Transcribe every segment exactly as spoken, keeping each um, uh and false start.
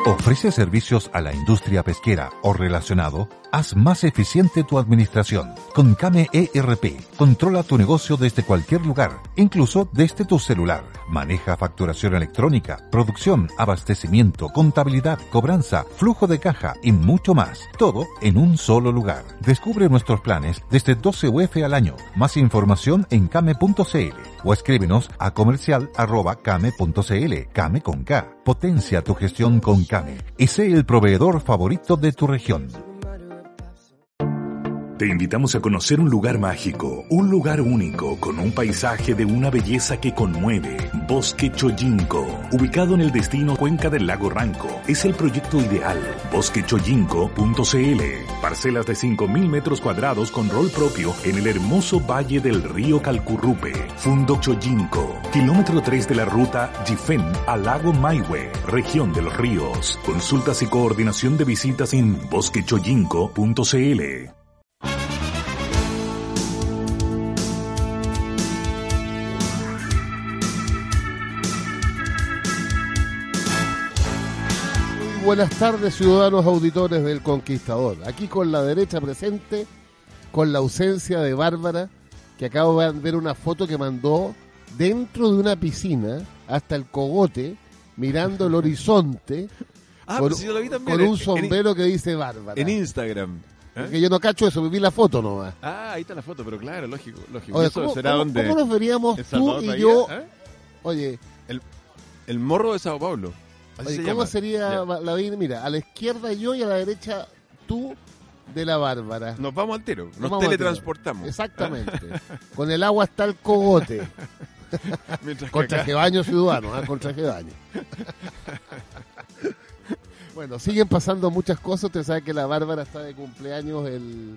¿Ofrece servicios a la industria pesquera o relacionado? Haz más eficiente tu administración. Con Kame E R P, controla tu negocio desde cualquier lugar, incluso desde tu celular. Maneja facturación electrónica, producción, abastecimiento, contabilidad, cobranza, flujo de caja y mucho más. Todo en un solo lugar. Descubre nuestros planes desde doce U F al año. Más información en kame punto c l o escríbenos a comercial arroba kame punto c l. Kame con K. Potencia tu gestión con Kame y sé el proveedor favorito de tu región. Te invitamos a conocer un lugar mágico, un lugar único, con un paisaje de una belleza que conmueve. Bosque Chojinco, ubicado en el destino Cuenca del Lago Ranco, es el proyecto ideal. bosque chojinco punto c l. Parcelas de cinco mil metros cuadrados con rol propio en el hermoso valle del río Calcurrupe. Fundo Chojinco, kilómetro tres de la ruta Jifén al lago Maihue, región de los ríos. Consultas y coordinación de visitas en bosque chojinco punto c l. Buenas tardes, ciudadanos auditores del Conquistador. Aquí con la derecha presente, con la ausencia de Bárbara, que acabo de ver una foto que mandó dentro de una piscina, hasta el cogote, mirando el horizonte, ah, con, si yo lo vi también, con un en, sombrero en, que dice Bárbara. En Instagram. ¿Eh? Porque yo no cacho eso, vi la foto nomás. Ah, ahí está la foto, pero claro, lógico. lógico. Oye, eso ¿cómo, será cómo, donde ¿Cómo nos veríamos tú y yo? ¿Eh? Oye, el, el morro de Sao Paulo. Oye, ¿cómo llama? Sería ya. La vida? Mira, a la izquierda yo y a la derecha tú de la Bárbara. Nos vamos al tiro, nos, nos teletransportamos. Exactamente. Con el agua hasta el cogote. Con traje de baño ciudadano, ¿eh? Con traje de baño. Bueno, siguen pasando muchas cosas. Usted sabe que la Bárbara está de cumpleaños el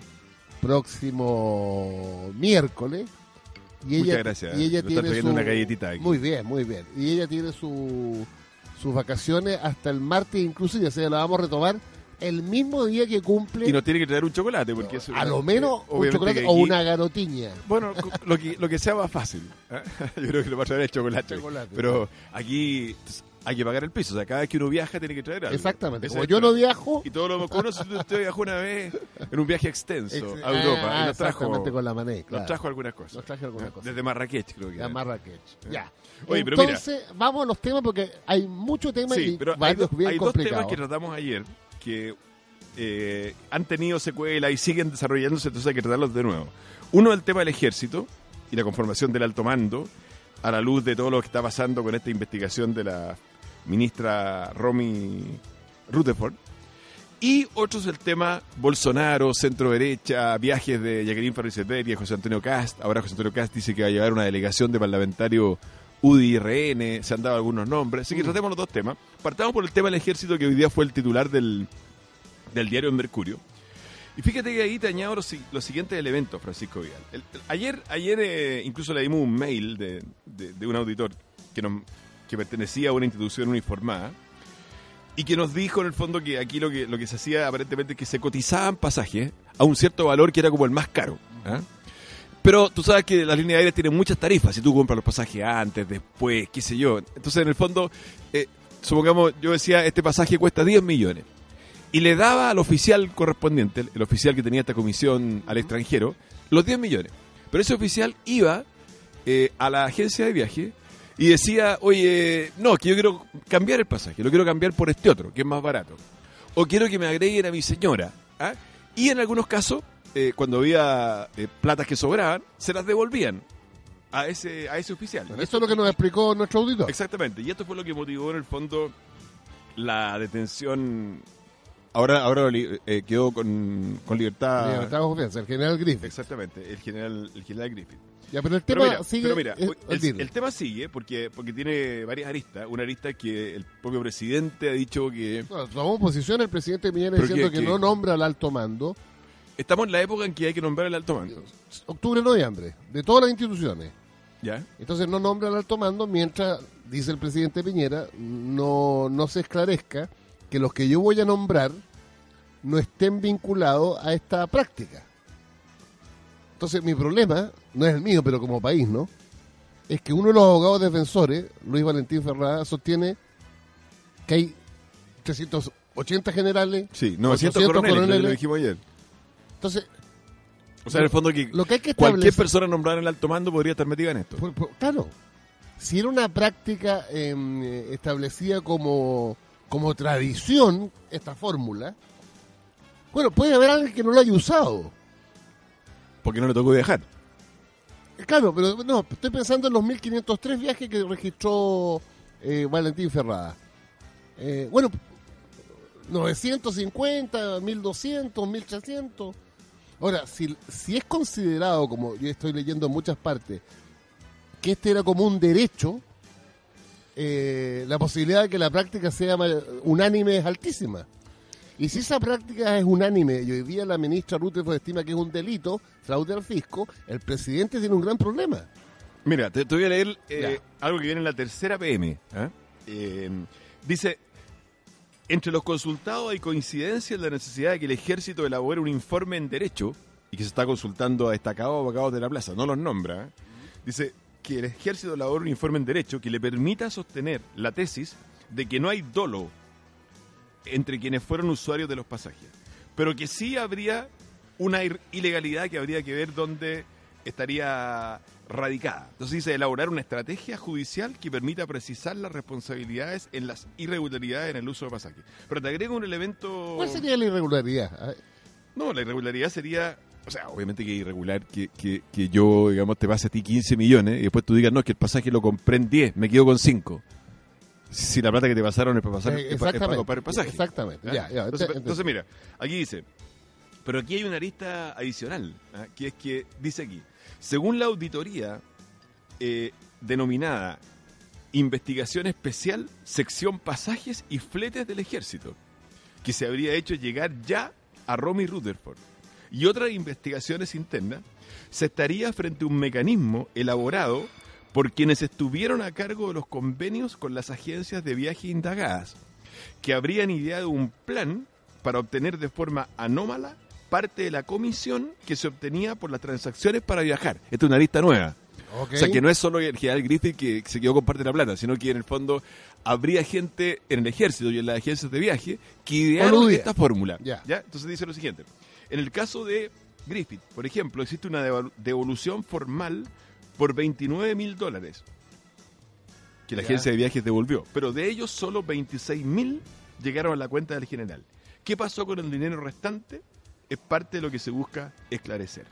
próximo miércoles. Y ella, Muchas gracias. Y ella Me tiene su... una galletita aquí. Muy bien, muy bien. Y ella tiene su... sus vacaciones hasta el martes inclusive, o sea, la vamos a retomar el mismo día que cumple. Y nos tiene que traer un chocolate, porque eso, a lo menos eh, un chocolate aquí, o una garotiña. Bueno, lo que, lo que sea más fácil. ¿eh? Yo creo que le va a traer el chocolate. chocolate pero aquí hay que pagar el piso, o sea, cada vez que uno viaja tiene que traer algo. Exactamente, como yo no viajo. Y todo lo que uno usted viajó una vez en un viaje extenso Ex- a Europa. Ah, y nos trajo, exactamente, con la Mané, claro. Nos trajo algunas cosas. Nos trajo algunas cosas. Desde Marrakech, creo que. De Marrakech, ya. Oye, Entonces, pero mira, vamos a los temas porque hay muchos temas sí, y pero varios hay, bien hay complicados. dos temas que tratamos ayer que eh, han tenido secuela y siguen desarrollándose, entonces hay que tratarlos de nuevo. Uno, el tema del ejército y la conformación del alto mando, a la luz de todo lo que está pasando con esta investigación de la ministra Romy Rutherford. Y otro es el tema Bolsonaro, centro derecha, viajes de Jacqueline Farricetti, José Antonio Cast. Ahora José Antonio Cast dice que va a llevar una delegación de parlamentarios U D I R N, se han dado algunos nombres. Así que tratemos los dos temas. Partamos por el tema del ejército, que hoy día fue el titular del, del diario El Mercurio. Y fíjate que ahí te añado los, los siguientes elementos, Francisco Vidal. El, el, ayer ayer eh, incluso le dimos un mail de, de, de un auditor que, nos, que pertenecía a una institución uniformada y que nos dijo en el fondo que aquí lo que, lo que se hacía aparentemente es que se cotizaban pasajes a un cierto valor que era como el más caro. ¿eh? Pero tú sabes que las líneas aéreas tienen muchas tarifas. Si tú compras los pasajes antes, después, qué sé yo. Entonces, en el fondo, eh, supongamos, yo decía, este pasaje cuesta diez millones. Y le daba al oficial correspondiente, el oficial que tenía esta comisión al extranjero, los diez millones. Pero ese oficial iba eh, a la agencia de viaje y decía, oye, no, que yo quiero cambiar el pasaje, lo quiero cambiar por este otro, que es más barato. O quiero que me agreguen a mi señora. ¿ah? Y en algunos casos, eh, cuando había eh, platas que sobraban, se las devolvían a ese a ese oficial. Bueno, eso es lo que nos explicó nuestro auditor. Exactamente, y esto fue lo que motivó en el fondo la detención. Ahora ahora eh, quedó con, con libertad. Libertad de confianza, el general Griffith. Exactamente, el general el general Griffith. Ya, pero el tema pero mira, sigue. Pero mira, el, el, el tema sigue porque porque tiene varias aristas. Una arista que el propio presidente ha dicho que. No, tomó posición el presidente Piñera diciendo que, que, que no nombra al alto mando. Estamos en la época en que hay que nombrar al alto mando. Octubre, noviembre, de todas las instituciones. ¿Ya? Entonces no nombra al alto mando mientras, dice el presidente Piñera, no, no se esclarezca que los que yo voy a nombrar no estén vinculados a esta práctica. Entonces mi problema, no es el mío, pero como país, ¿no? Es que uno de los abogados defensores, Luis Valentín Ferrada, sostiene que hay trescientos ochenta generales. Sí, novecientos ochocientos coroneles, coroneles. lo dijimos ayer. Entonces, O sea, en el fondo que, lo que hay que cualquier establecer- persona nombrada en el alto mando podría estar metida en esto. por- por- claro, si era una práctica eh, establecida como, como tradición, esta fórmula, bueno, puede haber alguien que no lo haya usado. Porque no le tocó viajar. Claro, pero no, estoy pensando en los mil quinientos tres viajes que registró eh, Valentín Ferrada. Eh, bueno, novecientos cincuenta, mil doscientos, mil trescientos. Ahora, si, si es considerado, como yo estoy leyendo en muchas partes, que este era como un derecho, eh, la posibilidad de que la práctica sea ma- unánime es altísima. Y si esa práctica es unánime y hoy día la ministra Rutherford estima que es un delito, fraude al fisco, el presidente tiene un gran problema. Mira, te, te voy a leer eh, Ya. algo que viene en la tercera P M. ¿eh? Eh, dice, entre los consultados hay coincidencia en la necesidad de que el ejército elabore un informe en derecho, y que se está consultando a destacados abogados de la plaza, no los nombra. ¿eh? Dice que el ejército elabore un informe en derecho que le permita sostener la tesis de que no hay dolo entre quienes fueron usuarios de los pasajes, pero que sí habría una ir- ilegalidad que habría que ver dónde estaría radicada. Entonces dice, elaborar una estrategia judicial que permita precisar las responsabilidades en las irregularidades en el uso de pasajes. Pero te agrego un elemento... ¿Cuál sería la irregularidad? A ver, No, la irregularidad sería... O sea, obviamente que es irregular que, que, que yo, digamos, te pase a ti quince millones y después tú digas, no, es que el pasaje lo compré en diez, me quedo con cinco. Si la plata que te pasaron es para, pasar, Eh, es para, es para exactamente, comprar el pasaje. exactamente, ¿Ah? ya, ya, entonces, ent- entonces, mira, aquí dice, pero aquí hay una arista adicional, ¿ah? que es que dice aquí, según la auditoría eh, denominada Investigación Especial, Sección Pasajes y Fletes del Ejército, que se habría hecho llegar ya a Romy Rutherford, y otras investigaciones internas, se estaría frente a un mecanismo elaborado por quienes estuvieron a cargo de los convenios con las agencias de viaje indagadas, que habrían ideado un plan para obtener de forma anómala parte de la comisión que se obtenía por las transacciones para viajar. Esta es una lista nueva. ok. O sea, que no es solo el general Griffith que se quedó con parte de la plata, sino que en el fondo habría gente en el ejército y en las agencias de viaje que idearon Coludía. esta fórmula. Ya. ¿Ya? Entonces dice lo siguiente. En el caso de Griffith, por ejemplo, existe una devalu- devolución formal por veintinueve mil dólares que la Ya. agencia de viajes devolvió, pero de ellos solo veintiséis mil llegaron a la cuenta del general. ¿Qué pasó con el dinero restante? Es parte de lo que se busca esclarecer.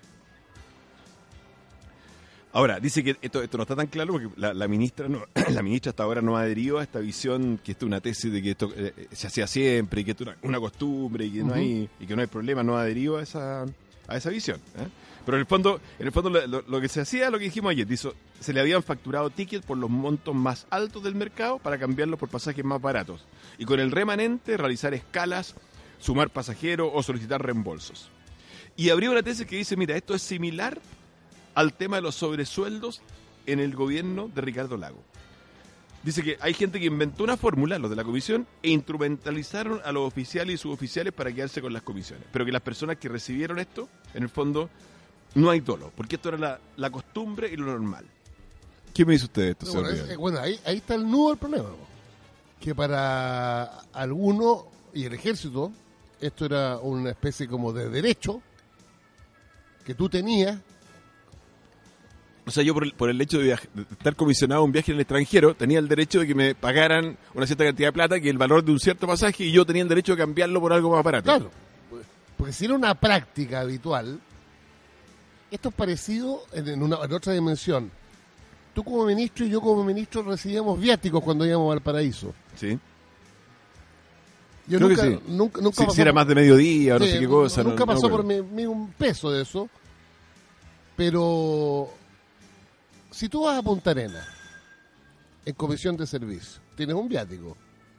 Ahora, dice que esto, esto no está tan claro porque la, la ministra no, la ministra hasta ahora no ha adherido a esta visión, que esto es una tesis de que esto eh, se hacía siempre y que esto es una, una costumbre y que no Ujú. hay y que no hay problema, no ha adherido a esa a esa visión. ¿eh? Pero en el fondo, en el fondo lo, lo- lo que se hacía, lo que dijimos ayer, dice, se le habían facturado tickets por los montos más altos del mercado para cambiarlos por pasajes más baratos y con el remanente realizar escalas, sumar pasajeros o solicitar reembolsos. Y habría una tesis que dice, mira, esto es similar al tema de los sobresueldos en el gobierno de Ricardo Lago. Dice que hay gente que inventó una fórmula, los de la comisión, e instrumentalizaron a los oficiales y suboficiales para quedarse con las comisiones. Pero que las personas que recibieron esto, en el fondo, no hay dolo, porque esto era la, la costumbre y lo normal. ¿Qué me dice usted de esto, No, señor bueno, es- Vidal? eh, bueno, ahí, ahí está el nudo del problema. po. Que para algunos y el ejército, esto era una especie como de derecho que tú tenías. O sea, yo por el, por el hecho de, viaje- de estar comisionado a un viaje en el extranjero, tenía el derecho de que me pagaran una cierta cantidad de plata, que el valor de un cierto pasaje, y yo tenía el derecho de cambiarlo por algo más barato. Claro, porque si era una práctica habitual, esto es parecido en, en una, en otra dimensión. Tú como ministro y yo como ministro recibíamos viáticos cuando íbamos al paraíso. Sí. Yo Creo nunca, que sí. nunca, nunca Si, pasó si era por- más de mediodía o no Sí, sé qué cosa. Nunca no- no pasó me por acuerdo. mí, mí un peso de eso. Pero si tú vas a Punta Arenas en comisión de servicio, tienes un viático.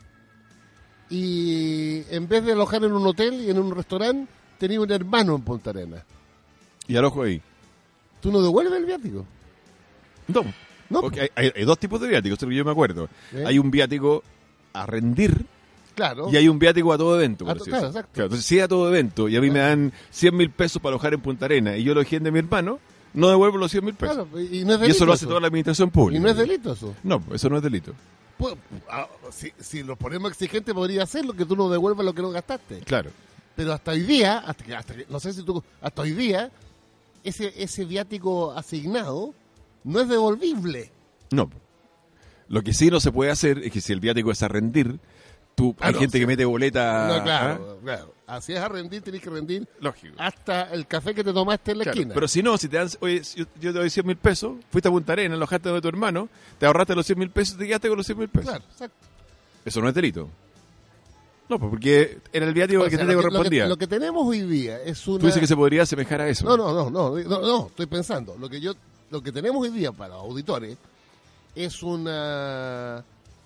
Y en vez de alojar en un hotel y en un restaurante, tenías un hermano en Punta Arenas. Y al ojo ahí. ¿Tú no devuelves el viático? No. No. Porque hay, hay- hay dos tipos de viáticos, eso es lo que yo me acuerdo. ¿Eh? Hay un viático a rendir Claro. y hay un viático a todo evento. por A to- así claro, decirlo. exacto. Claro, entonces, si es a todo evento y a mí me dan cien mil pesos para alojar en Punta Arenas y yo lo de mi hermano, no devuelvo los cien mil pesos. Claro, y no es delito. Y eso lo hace toda la administración pública. Y no es delito eso. No, eso no es delito. Pues, ah, si, si lo ponemos exigente, podría hacerlo, que tú no devuelvas lo que no gastaste. Claro. Pero hasta hoy día, hasta que, hasta que, no sé si tú, hasta hoy día, ese, ese viático asignado no es devolvible. No. Lo que sí no se puede hacer es que si el viático es a rendir, tú, Ah, hay no, gente sí. que mete boleta. No, claro, ¿ah? claro. Así es a rendir, tenés que rendir Lógico. hasta el café que te tomaste en la Claro, esquina. pero si no, si te dan, oye, si yo, yo te doy cien mil pesos, fuiste a Punta Arenas, alojaste de tu hermano, te ahorraste los cien mil pesos, te quedaste con los cien mil pesos. Claro, exacto. Eso no es delito. No, pues porque era el viático O que sea, te lo, que, correspondía. lo, que, lo que tenemos hoy día es una... Tú dices que se podría asemejar a eso. No, no, no, no, no, no, estoy pensando. Lo que yo, lo que tenemos hoy día para los auditores es una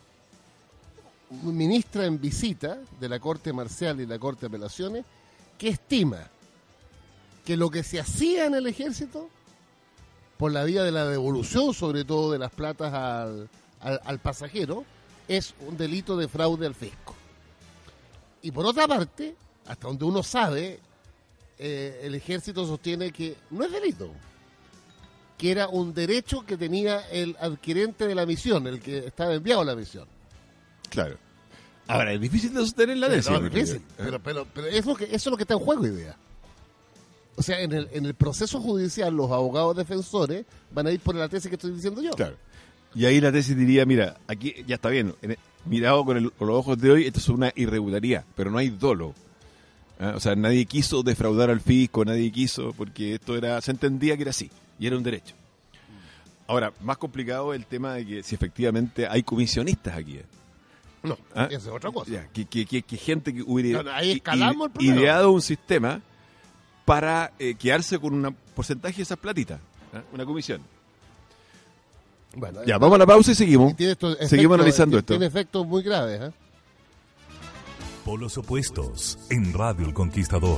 ministra en visita de la Corte Marcial y la Corte de Apelaciones que estima que lo que se hacía en el ejército, por la vía de la devolución, sobre todo de las platas al, al, al pasajero, es un delito de fraude al fisco. Y por otra parte, hasta donde uno sabe, eh, el ejército sostiene que no es delito, que era un derecho que tenía el adquirente de la misión, el que estaba enviado a la misión. Claro. Ahora, es difícil de sostener la tesis. No, mi es difícil, querido. pero, pero, pero es lo que, eso es lo que está en juego hoy día. O sea, en el, en el proceso judicial, los abogados defensores van a ir por la tesis que estoy diciendo yo. Claro. Y ahí la tesis diría, mira, aquí ya está bien, en- mirado con, el- con los ojos de hoy, esto es una irregularidad, pero no hay dolo. ¿Ah? O sea, nadie quiso defraudar al fisco, nadie quiso, porque esto era, se entendía que era así, y era un derecho. Ahora, más complicado es el tema de que si efectivamente hay comisionistas aquí. ¿eh? No, ¿Ah? esa es otra cosa. Ya, que, que, que, que gente que hubiera No, no, ahí escalamos el i- problema. ideado un sistema para eh, quedarse con un porcentaje de esas platitas, ¿ah? Una comisión. Bueno, Ya, vamos a la pausa y seguimos. y tiene estos efectos- Seguimos analizando esto. Tiene efectos muy graves. ¿eh? Polos opuestos en Radio El Conquistador.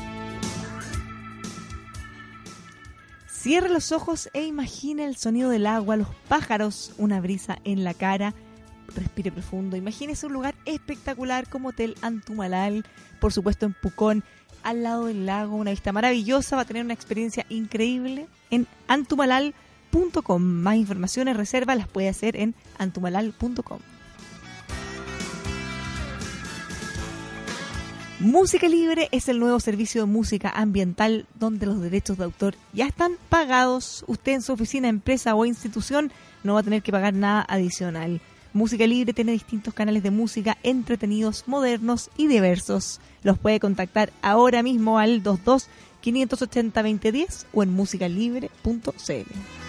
Cierre los ojos e imagine el sonido del agua, los pájaros, una brisa en la cara. Respire profundo. Imagínese un lugar espectacular como Hotel Antumalal, por supuesto en Pucón, al lado del lago, una vista maravillosa. Va a tener una experiencia increíble en antumalal punto com. Más informaciones, reservas, las puede hacer en antumalal punto com. Música Libre es el nuevo servicio de música ambiental donde los derechos de autor ya están pagados. Usted en su oficina, empresa o institución no va a tener que pagar nada adicional. Música Libre tiene distintos canales de música entretenidos, modernos y diversos. Los puede contactar ahora mismo al dos dos, cinco ocho cero, dos cero uno cero o en música libre punto c l.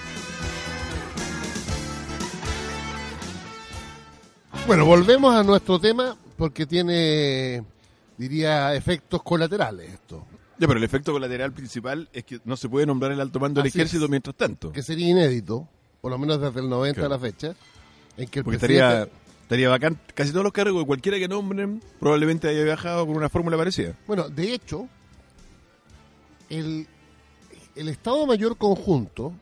Bueno, volvemos a nuestro tema porque tiene, diría, efectos colaterales esto. Ya, pero el efecto colateral principal es que no se puede nombrar el alto mando del Así ejército es. mientras tanto. Que sería inédito, por lo menos desde el noventa Claro. a la fecha, en que el Porque presidente... estaría, estaría bacán. Casi todos los cargos de cualquiera que nombren probablemente haya viajado con una fórmula parecida. Bueno, de hecho, el, el Estado Mayor Conjunto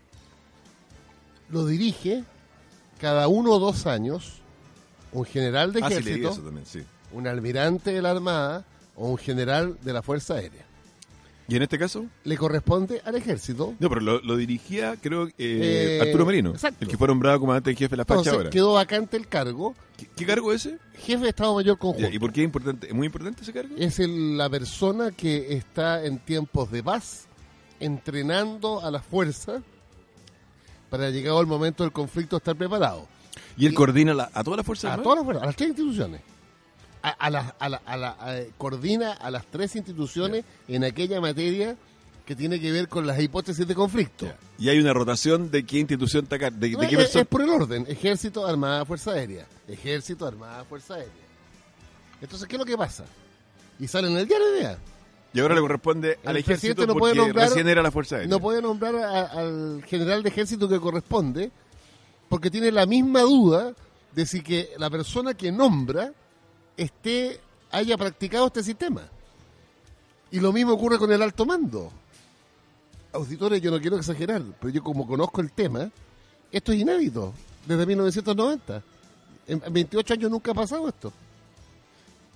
lo dirige cada uno o dos años un general de Ah, sí, leí ejército, eso también, sí. un almirante de la Armada o un general de la Fuerza Aérea. ¿Y en este caso? Le corresponde al ejército. No, pero lo, lo dirigía, creo, eh, Eh, Arturo Merino, exacto. el que fue nombrado comandante en jefe de la facha Entonces ahora. quedó vacante el cargo, ¿Qué, qué cargo es ese? jefe de Estado Mayor Conjunto. Ya, ¿y por qué es importante? ¿Es muy importante ese cargo? Es el- la persona que está en tiempos de paz entrenando a la fuerza para llegado el momento del conflicto estar preparado. Y él y- coordina la- a todas las fuerzas A armadas. todas las fuerzas, a las tres instituciones. A, a las- a la- a la- a- coordina a las tres instituciones en aquella materia que tiene que ver con las hipótesis de conflicto. Ya. Y hay una rotación de qué institución está acá, de, No, de qué es, persona. es por el orden. Ejército, Armada, Fuerza Aérea. Ejército, Armada, Fuerza Aérea. Entonces, ¿qué es lo que pasa? Y sale en el diario de día. Y ahora le corresponde al El ejército presidente no puede porque nombrar- recién era la fuerza aérea. No puede nombrar a- al general de ejército que corresponde porque tiene la misma duda de si que la persona que nombra esté haya practicado este sistema. Y lo mismo ocurre con el alto mando. Auditores, yo no quiero exagerar, pero yo como conozco el tema, esto es inédito, desde mil novecientos noventa. En en veintiocho años nunca ha pasado esto.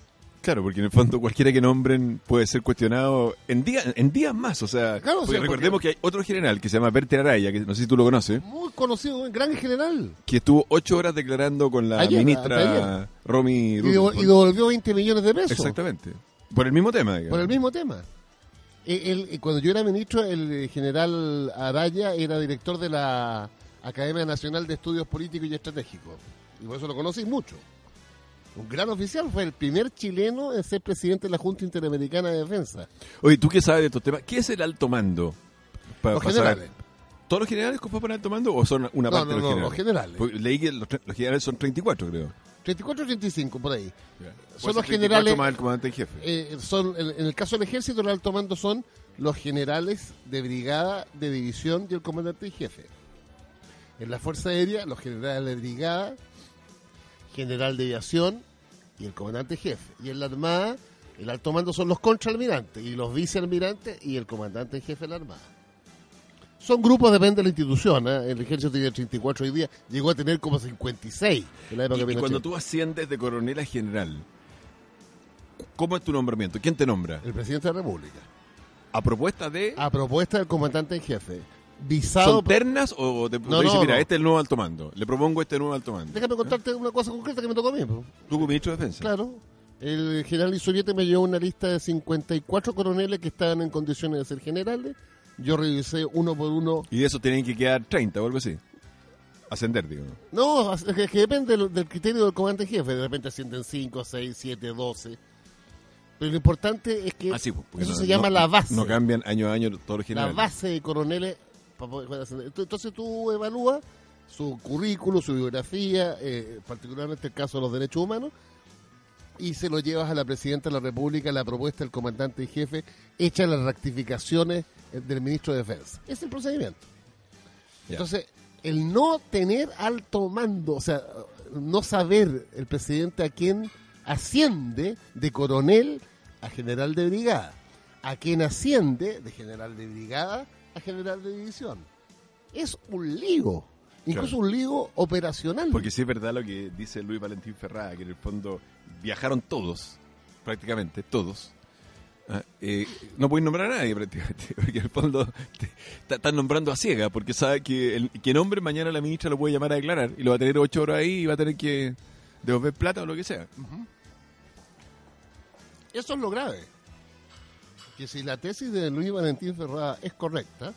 Claro, porque en el fondo cualquiera que nombren puede ser cuestionado en, día, en días más. O sea, Claro, porque sí, recordemos porque- que hay otro general que se llama Berter Araya, que no sé si tú lo conoces, Muy conocido, un gran general. que estuvo ocho horas declarando con la Ayer, ministra ayer. Romy Y, devo- Rutherford. y devolvió veinte millones de pesos. Exactamente. Por el mismo tema, digamos. Por el mismo tema. El- el- cuando yo era ministro, el general Araya era director de la Academia Nacional de Estudios Políticos y Estratégicos. Y por eso lo conocí mucho. Un gran oficial, fue el primer chileno en ser presidente de la Junta Interamericana de Defensa. Oye, ¿tú qué sabes de estos temas? ¿Qué es el alto mando? Pa- Los pa saber. generales. ¿Todos los generales ocupan alto mando o son una No, parte no, de los no, generales? los generales. Porque leí que los, tre- los generales son treinta y cuatro, creo. treinta y cuatro o treinta y cinco, por ahí. Puede Son ser los treinta y cuatro generales... más el comandante en jefe. eh, son en, en el caso del ejército, el alto mando son los generales de brigada, de división y el comandante en jefe. En la Fuerza Aérea, los generales de brigada, general de aviación y el comandante jefe. Y en la Armada, el alto mando son los contraalmirantes y los vicealmirantes y el comandante en jefe de la Armada. Son grupos, depende de la institución. ¿eh? El ejército tiene treinta y cuatro hoy día, llegó a tener como cincuenta y seis en la época Y, de y Pinochet. cuando tú asciendes de coronel a general, ¿cómo es tu nombramiento? ¿Quién te nombra? El presidente de la República, ¿A propuesta de...? a propuesta del comandante en jefe, visado... ¿Son ternas o te, No, te dice, no, mira, no. este es el nuevo alto mando? Le propongo este nuevo alto mando. Déjame contarte una cosa concreta que me tocó a mí. po. ¿Tú como ministro de Defensa? Claro, el general Isuriete me llevó una lista de cincuenta y cuatro coroneles que estaban en condiciones de ser generales. Yo revisé uno por uno. Y de esos tienen que quedar treinta o algo así. Ascender, digo. No, es que, que depende del, del criterio del comandante en jefe. De repente ascienden cinco, seis, siete, doce. Pero lo importante es que Ah, sí, pues, porque eso no- se llama no- la base. No cambian año a año todos los La generales. base de coroneles para poder ascender. Ent- Entonces tú evalúas su currículo, su biografía, eh, particularmente el caso de los derechos humanos, y se lo llevas a la Presidenta de la República, la propuesta del comandante en jefe, hecha las rectificaciones eh, del ministro de Defensa. Es el procedimiento. Ya. Entonces, el no tener alto mando, o sea, no saber el presidente a quién asciende de coronel a general de brigada, a quién asciende de general de brigada a general de división. Es un lío, incluso Claro. un lío operacional. Porque sí es verdad lo que dice Luis Valentín Ferrada, que en el fondo viajaron todos, prácticamente todos. Ah, eh, no pueden nombrar a nadie prácticamente, porque en el fondo te- ta- están nombrando a ciega, porque sabe que el que nombre mañana la ministra lo puede llamar a declarar y lo va a tener ocho horas ahí y va a tener que devolver plata o lo que sea. Eso es lo grave. Que si la tesis de Luis Valentín Ferrada es correcta,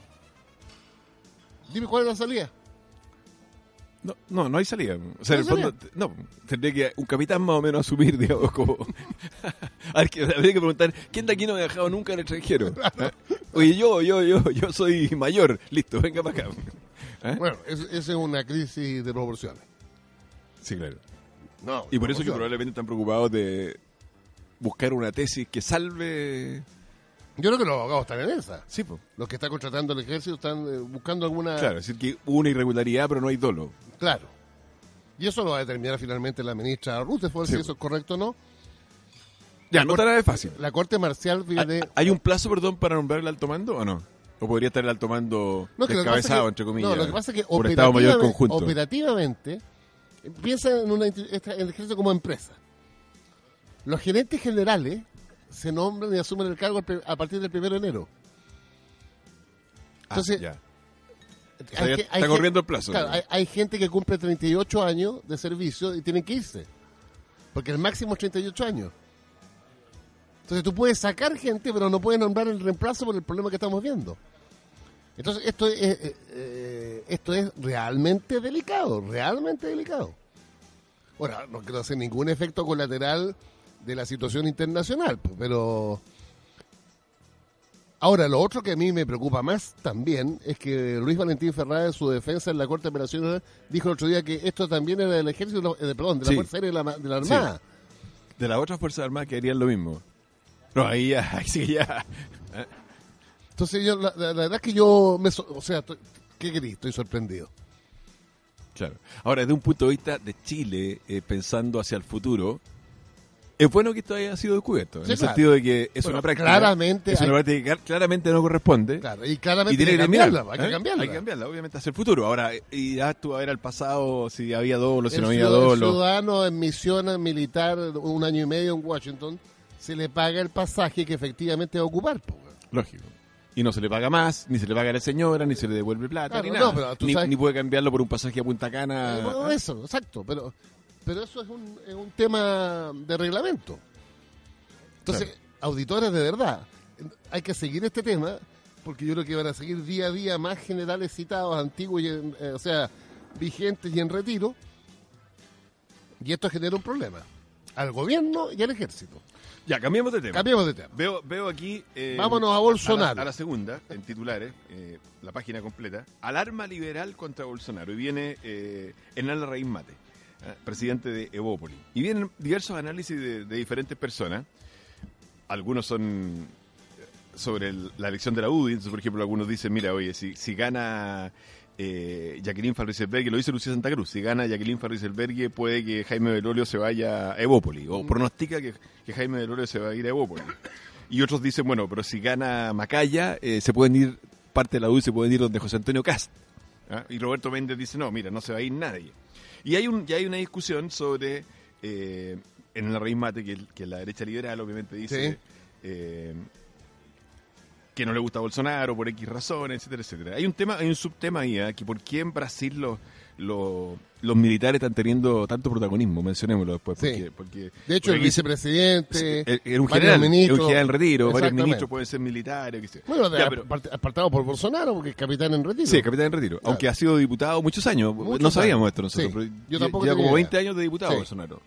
dime cuál es la salida. No, no, no hay salida. O sea, ¿No en el hay fondo, t- no, tendría que un capitán más o menos asumir, digamos, como... a ver, que, habría que preguntar, ¿quién de aquí no ha viajado nunca al extranjero? ¿Ah? Oye, yo, yo, yo, yo soy mayor, listo, venga para acá. ¿Ah? Bueno, es- esa es una crisis de proporciones. Sí, claro. No, Y por eso que proporciones. probablemente están preocupados de buscar una tesis que salve... Yo creo que los abogados están en esa. Sí, pues. Los que están contratando el ejército están eh, buscando alguna... Claro, es decir que hubo una irregularidad, pero no hay dolo. Claro. Y eso lo va a determinar finalmente la ministra Rutherford, Sí. si eso es correcto o no. Ya, La no corte- estará de fácil. La Corte Marcial, fíjate... ¿Hay- ¿Hay un plazo, perdón, para nombrar el alto mando o no? ¿O podría estar el alto mando No, que lo que pasa descabezado, es que- entre comillas? No, lo que pasa es que por Estado Mayor operativamente, Conjunto. operativamente, eh, piensa en, una, insti- esta- en el ejército como empresa. Los gerentes generales se nombran y asumen el cargo al pri- a partir del primero de enero. Entonces, Ah, ya. hay sea, ya que- está hay corriendo gen- el plazo, claro, ¿no? hay, hay gente que cumple treinta y ocho años de servicio y tienen que irse. Porque el máximo es treinta y ocho años. Entonces tú puedes sacar gente, pero no puedes nombrar el reemplazo por el problema que estamos viendo. Entonces esto es, eh, eh, esto es realmente delicado, realmente delicado. Ahora, no quiero hacer ningún efecto colateral de la situación internacional, pues, pero... Ahora, lo otro que a mí me preocupa más también es que Luis Valentín Ferrada, en su defensa en la Corte de Operaciones, dijo el otro día que esto también era del ejército, eh, perdón, de la Sí. Fuerza Aérea y de la, de la Armada. De las otras Fuerzas Armadas que harían lo mismo. No, ahí ya, ahí sí que ya. Entonces, yo, la, la- la verdad es que yo, me so- o sea, estoy- ¿qué querís? Estoy sorprendido. Claro. Ahora, desde un punto de vista de Chile, eh, pensando hacia el futuro, Es bueno que esto haya sido descubierto, Sí, en el claro. sentido de que es Bueno, una práctica. claramente es una hay- práctica que claramente no corresponde. Claro, y claramente Y tiene hay que que cambiarla, cambiarla, hay que cambiarla. Hay que cambiarla, obviamente, hacia el futuro. Ahora, irás tú a ver al pasado si había dolo, si El no había ciudad- el dolo. ciudadano en misión militar un año y medio en Washington se le paga el pasaje que efectivamente va a ocupar. Po, weón. Lógico. Y no se le paga más, ni se le paga a la señora, ni se le devuelve plata, Claro, ni no, nada. pero tú ni, sabes- ni puede cambiarlo por un pasaje a Punta Cana. Eh, bueno, eso, exacto, pero pero eso es un, es un tema de reglamento. Entonces, auditores de verdad, hay que seguir este tema porque yo creo que van a seguir día a día más generales citados, antiguos, y en- eh, o sea, vigentes y en retiro, y esto genera un problema al gobierno y al ejército. Ya, cambiemos de tema. Cambiemos de tema. Veo, veo aquí... eh, Vámonos a Bolsonaro. A la, a la segunda, en titulares, eh, la página completa. Alarma liberal contra Bolsonaro. Y viene eh, Hernán Larraín Mate, eh, presidente de Evópoli. Y vienen diversos análisis de, de diferentes personas. Algunos son sobre el- la elección de la U D I. Entonces, por ejemplo, algunos dicen, mira, oye, si, si gana eh, Jacqueline Van Rysselberghe, lo dice Lucía Santa Cruz, si gana Jacqueline Van Rysselberghe puede que Jaime Belolio se vaya a Evópoli, o pronostica que, que Jaime Belolio se va a ir a Evópoli. Y otros dicen, bueno, pero si gana Macaya, eh, se pueden ir, parte de la U D I se pueden ir donde José Antonio Cast. ¿Ah? Y Roberto Méndez dice, no, mira, no se va a ir nadie. Y hay un, ya hay una discusión sobre, eh, en la raíz mate, que, que la derecha liberal obviamente dice... Sí. eh, que no le gusta a Bolsonaro por X razones, etcétera, etcétera. Hay un tema, hay un subtema ahí, ¿eh? Que por qué en Brasil los, los, los militares están teniendo tanto protagonismo, mencionémoslo después, Sí. porque, porque De hecho, porque el aquí- vicepresidente, era era un varios general, era ministros, un general en retiro, varios exactamente. ministros pueden ser militares, qué sé yo. Bueno, de- Ya, pero- apart- apartado por Bolsonaro, porque es capitán en retiro. sí, capitán en retiro, Claro. aunque ha sido diputado muchos años, Muchos no sabíamos años. esto nosotros, Sí. pero Yo lle- tampoco lleva tenía como idea. veinte años de diputado Sí. Bolsonaro.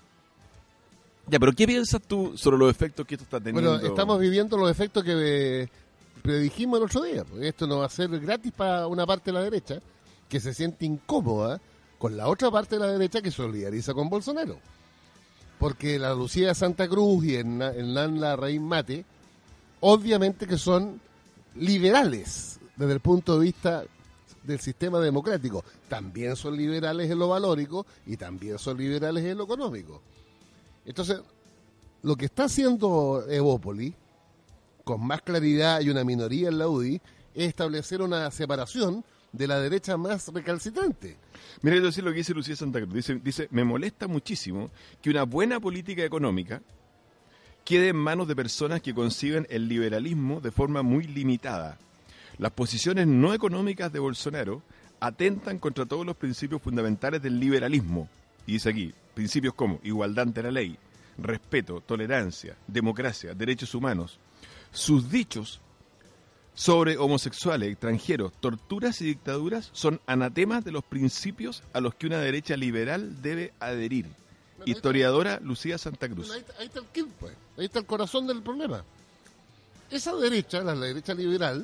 Ya, pero ¿qué piensas tú sobre los efectos que esto está teniendo? Bueno, estamos viviendo los efectos que eh, predijimos el otro día. Porque esto no va a ser gratis para una parte de la derecha que se siente incómoda con la otra parte de la derecha que solidariza con Bolsonaro. Porque la Lucía Santa Cruz y el Hernán Larraín Mate, obviamente que son liberales desde el punto de vista del sistema democrático. También son liberales en lo valórico y también son liberales en lo económico. Entonces, lo que está haciendo Evópoli, con más claridad y una minoría en la U D I, es establecer una separación de la derecha más recalcitrante. Mira, quiero decir lo que dice Lucía Santa Cruz. Dice, dice, me molesta muchísimo que una buena política económica quede en manos de personas que conciben el liberalismo de forma muy limitada. Las posiciones no económicas de Bolsonaro atentan contra todos los principios fundamentales del liberalismo. Y dice aquí, principios como igualdad ante la ley, respeto, tolerancia, democracia, derechos humanos. Sus dichos sobre homosexuales, extranjeros, torturas y dictaduras son anatemas de los principios a los que una derecha liberal debe adherir. Historiadora Lucía Santa Cruz. Bueno, ahí, está- ahí está el kit, pues. Ahí está el corazón del problema. Esa derecha, la, la derecha liberal,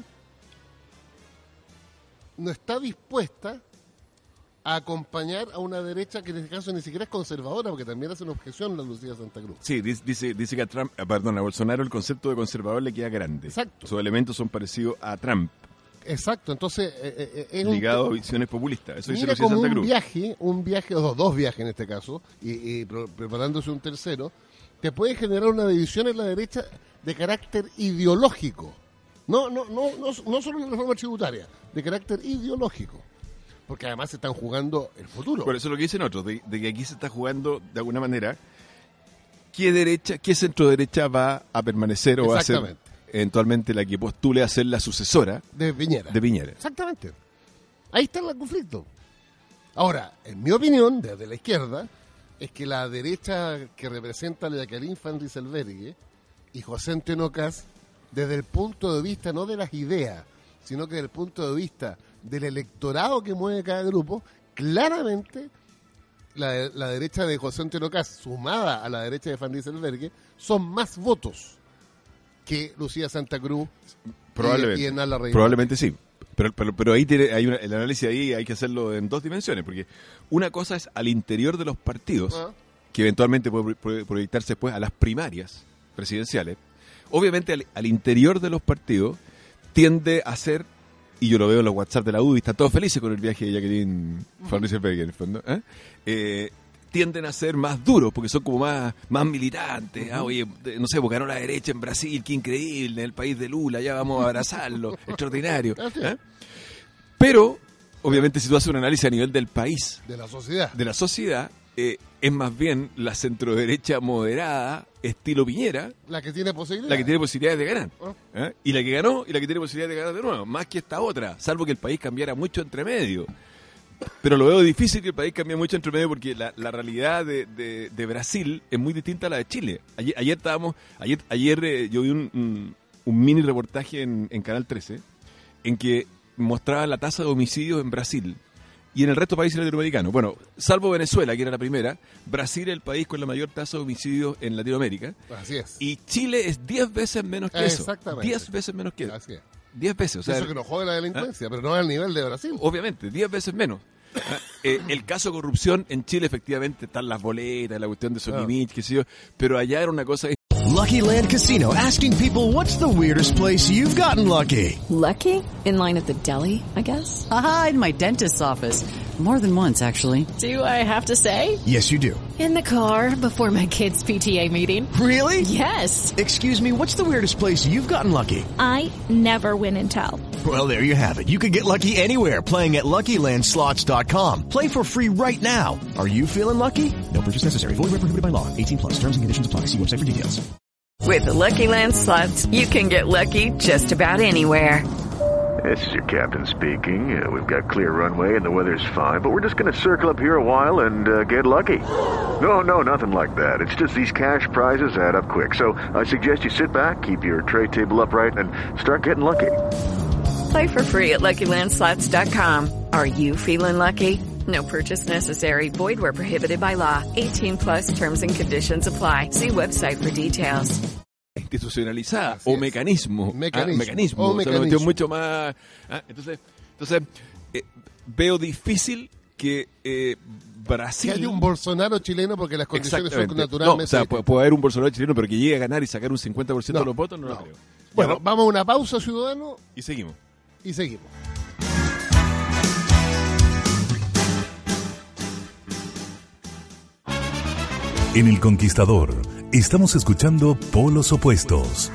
no está dispuesta a acompañar a una derecha que en este caso ni siquiera es conservadora, porque también hace una objeción la Lucía Santa Cruz. Sí, dice, dice, dice que a Trump, eh, perdón, a Bolsonaro el concepto de conservador le queda grande. Exacto. Sus elementos son parecidos a Trump, Exacto, entonces eh, eh, es un ligado a visiones populistas. Eso dice Mira Lucía como Santa un Cruz. viaje, un viaje, o dos viajes en este caso, y, y pro- preparándose un tercero, te puede generar una división en la derecha de carácter ideológico. No, no, no, no, no solo en la reforma tributaria, de carácter ideológico. Porque además se están jugando el futuro. Por eso es lo que dicen otros, de, de que aquí se está jugando de alguna manera qué derecha, qué centro derecha va a permanecer o va a ser Exactamente. eventualmente la que postule a ser la sucesora De Piñera. de Piñera. Exactamente. Ahí está el conflicto. Ahora, en mi opinión, desde la izquierda, es que la derecha que representa a Jacqueline Van Rysselberghe y José Antonio Cast, desde el punto de vista no de las ideas, sino que desde el punto de vista del electorado que mueve cada grupo, claramente la, la derecha de José Antonio Cast, sumada a la derecha de Van Rysselberghe, son más votos que Lucía Santa Cruz Probablemente. y, y Hernán Larraín. Probablemente sí. Pero, pero, pero ahí tiene, hay una- el análisis ahí hay que hacerlo en dos dimensiones, porque una cosa es al interior de los partidos, Ah. que eventualmente puede, puede proyectarse después a las primarias presidenciales. Obviamente al, al interior de los partidos tiende a ser, y yo lo veo en los WhatsApp de la U D I, están todos felices con el viaje de Jacqueline Van Rysselberghe en el fondo, ¿eh? Eh, tienden a ser más duros, porque son como más, más militantes. Ah, oye, no sé, porque ganó la derecha en Brasil, qué increíble, en el país de Lula, ya vamos a abrazarlo, extraordinario. ¿eh? Pero, obviamente, si tú haces un análisis a nivel del país, de la sociedad, de la sociedad eh, es más bien la centroderecha moderada, estilo Piñera, la que tiene posibilidades, la que tiene posibilidades de ganar. Oh. ¿eh? Y la que ganó y la que tiene posibilidades de ganar de nuevo, más que esta otra, salvo que el país cambiara mucho entre medio. Pero lo veo difícil que el país cambie mucho entre medio porque la, la realidad de, de, de Brasil es muy distinta a la de Chile. Ayer, ayer estábamos, ayer, ayer eh, yo vi un, un, un mini reportaje en, en Canal trece en que mostraba la tasa de homicidios en Brasil y en el resto de países latinoamericanos. Bueno, salvo Venezuela, que era la primera, Brasil es el país con la mayor tasa de homicidios en Latinoamérica. Así es. Y Chile es diez veces menos que eso. Exactamente. diez veces menos que eso. Así es. diez veces. O sea, eso que nos jode la delincuencia, ¿eh? Pero no al nivel de Brasil. Obviamente, diez veces menos. eh, el caso de corrupción en Chile, efectivamente, están las boletas, la cuestión de Sokimich, qué sé yo, pero allá era una cosa... Lucky Land Casino, asking people, what's the weirdest place you've gotten lucky? Lucky? In line at the deli, I guess? Aha, in my dentist's office. More than once, actually. Do I have to say? Yes, you do. In the car before my kids' P T A meeting. Really? Yes. Excuse me, what's the weirdest place you've gotten lucky? I never win and tell. Well, there you have it. You can get lucky anywhere, playing at Lucky Land Slots dot com. Play for free right now. Are you feeling lucky? No purchase necessary. Void where prohibited by law. eighteen plus. Terms and conditions apply. See website for details. With the Lucky Land Slots, you can get lucky just about anywhere. This is your captain speaking. Uh, we've got clear runway and the weather's fine, but we're just going to circle up here a while and uh, get lucky. No, no, nothing like that. It's just these cash prizes add up quick. So I suggest you sit back, keep your tray table upright, and start getting lucky. Play for free at Lucky Land Slots dot com. Are you feeling lucky? No purchase necessary. Void where prohibited by law. eighteen plus terms and conditions apply. See website for details. Institucionalizada Así o es. mecanismo. Mecanismo. Ah, mecanismo. O O sea, mecanismo. una cuestión mucho más. ah, entonces, entonces eh, veo difícil que eh, Brasil. Que haya un Bolsonaro chileno porque las condiciones son Exactamente. naturalmente... No, o sea, puede, puede haber un Bolsonaro chileno, pero que llegue a ganar y sacar un cincuenta por ciento No, de los votos, no, no. lo creo. Bueno, Ya, vamos a una pausa, ciudadano, y seguimos. y seguimos. En El Conquistador, estamos escuchando Polos Opuestos.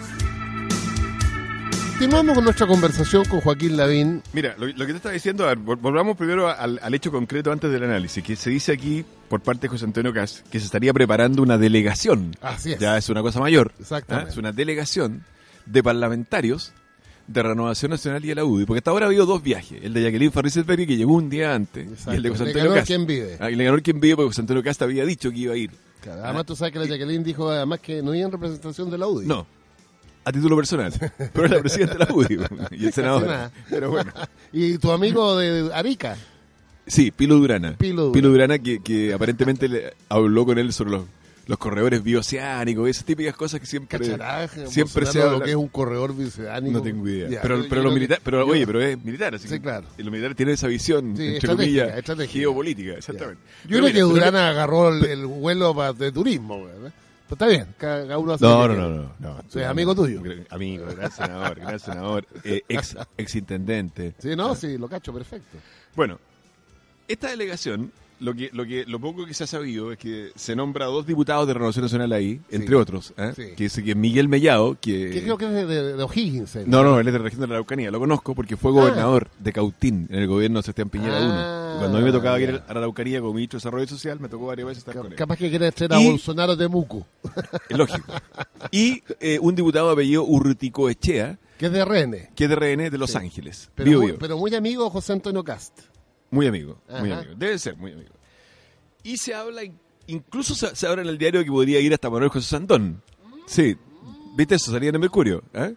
Continuamos con nuestra conversación con Joaquín Lavín. Mira, lo, lo que te estaba diciendo, a ver, vol- volvamos primero al, al hecho concreto antes del análisis, que se dice aquí, por parte de José Antonio Caz, que se estaría preparando una delegación. Así es. Ya es una cosa mayor. Exactamente. ¿ah? Es una delegación de parlamentarios de Renovación Nacional y de la U D I, porque hasta ahora ha habido dos viajes, el de Jacqueline Farrisberry, que llegó un día antes, Exacto. y el de José Le Antonio ganó Caz. quien vive. Ah, y le ganó el quien vive, porque José Antonio Caz había dicho que iba a ir. Claro, además tú sabes que la Jacqueline dijo además que no iba en representación de la U D I. No, a título personal, pero es la presidenta de la U D I y el senador. nada. Pero bueno. Y tu amigo de Arica. Sí, Pilo Durana. Pilo Durana. Durana que, que aparentemente le habló con él sobre los, los corredores bioceánicos, esas típicas cosas que siempre, Cacharaje, siempre se Bolsonaro, habla. lo que es un corredor bioceánico. No tengo idea. Ya, pero yo- pero yo los creo militares, que- pero yo- oye, pero es militar, así Sí, que claro. y los militares tienen esa visión, Sí, entre estratégica, comillas, estratégica. geopolítica, exactamente. Yo Pero creo mira, que pero- Durana agarró el, el vuelo pa- de turismo, ¿verdad? Pero está bien, cada uno hace No, lo no, que no, quiere. no, no. Soy amigo tuyo. Gran- Amigo, gran senador, gran senador, eh, ex, ex intendente. Sí, no, sí, lo cacho, perfecto. Bueno, esta delegación, lo que, lo que, lo poco que se ha sabido es que se nombra a dos diputados de Renovación Nacional ahí, entre Sí. otros, ¿eh? Sí. que es que Miguel Mellado, que Que creo que es de, de, de O'Higgins. ¿eh? no, no, él es de la región de la Araucanía, lo conozco porque fue gobernador de Cautín en el gobierno de Sebastián Piñera Ah, uno. Y cuando a mí me tocaba ir ya. a la Araucanía como ministro de Desarrollo Social, me tocó varias veces estar Cap- con él. Capaz que quiere traer a Y- Bolsonaro de Mucu, Es lógico. Y eh, un diputado de apellido Urruticoechea, que es de R N. que es de R N de Los Ángeles. Pero, Bío, muy, Bío. pero muy amigo de José Antonio Cast. Muy amigo, muy Ajá. amigo. Debe ser muy amigo. Y se habla, incluso se, se habla en el diario que podría ir hasta Manuel José Santón. Sí, ¿viste eso? Salía en el Mercurio. ¿eh?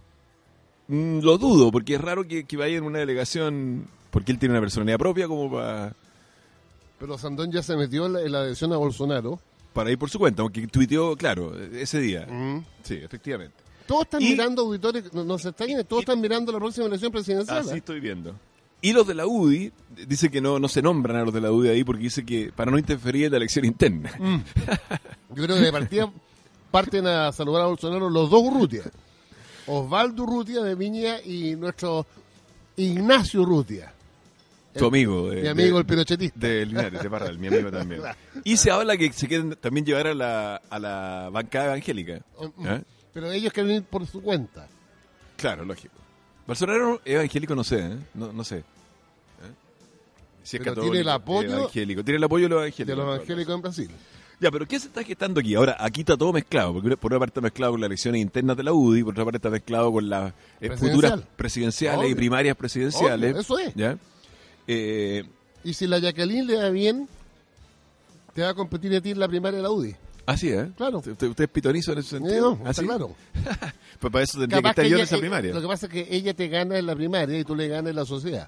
Mm, lo dudo, porque es raro que, que vaya en una delegación, porque él tiene una personalidad propia como para, Pero Sandón ya se metió en la, en la adhesión a Bolsonaro. para ir por su cuenta, aunque tuiteó, claro, ese día. Sí, efectivamente. Todos están Y- mirando auditores, no, no se están, todos están mirando la próxima elección presidencial. Así ¿eh? estoy viendo. Y los de la U D I, dice que no, no se nombran a los de la U D I ahí porque dice que para no interferir en la elección interna. Yo creo que de partida parten a saludar a Bolsonaro los dos Urrutia. Osvaldo Urrutia de Viña y nuestro Ignacio Urrutia. Tu amigo. De, mi amigo de, el pinochetista. De Linares, de Parral, mi amigo también. Y se habla que se quieren también llevar a la, a la bancada evangélica. ¿Eh? Pero ellos quieren ir por su cuenta. Claro, lógico. Bolsonaro evangélico no sé, ¿eh? no, no sé. ¿Eh? Si es pero católico, tiene el apoyo evangélico. Tiene el apoyo de los evangélicos. De los evangélicos en Brasil. Ya, pero ¿qué se está gestando aquí? Ahora, aquí está todo mezclado, porque por una parte está mezclado con las elecciones internas de la U D I, por otra parte está mezclado con las eh, futuras presidenciales Obvio. y primarias presidenciales. Obvio, eso es. ¿Ya? Eh, y si la Jacqueline le da bien, te va a competir a ti en la primaria de la U D I. Así es, ¿eh? Claro. ¿Usted, usted es pitonizo en ese sentido? No, está claro. Pues para eso tendría Capaz que estar que yo ella, en esa ella, primaria. Lo que pasa es que ella te gana en la primaria y tú le ganas en la sociedad.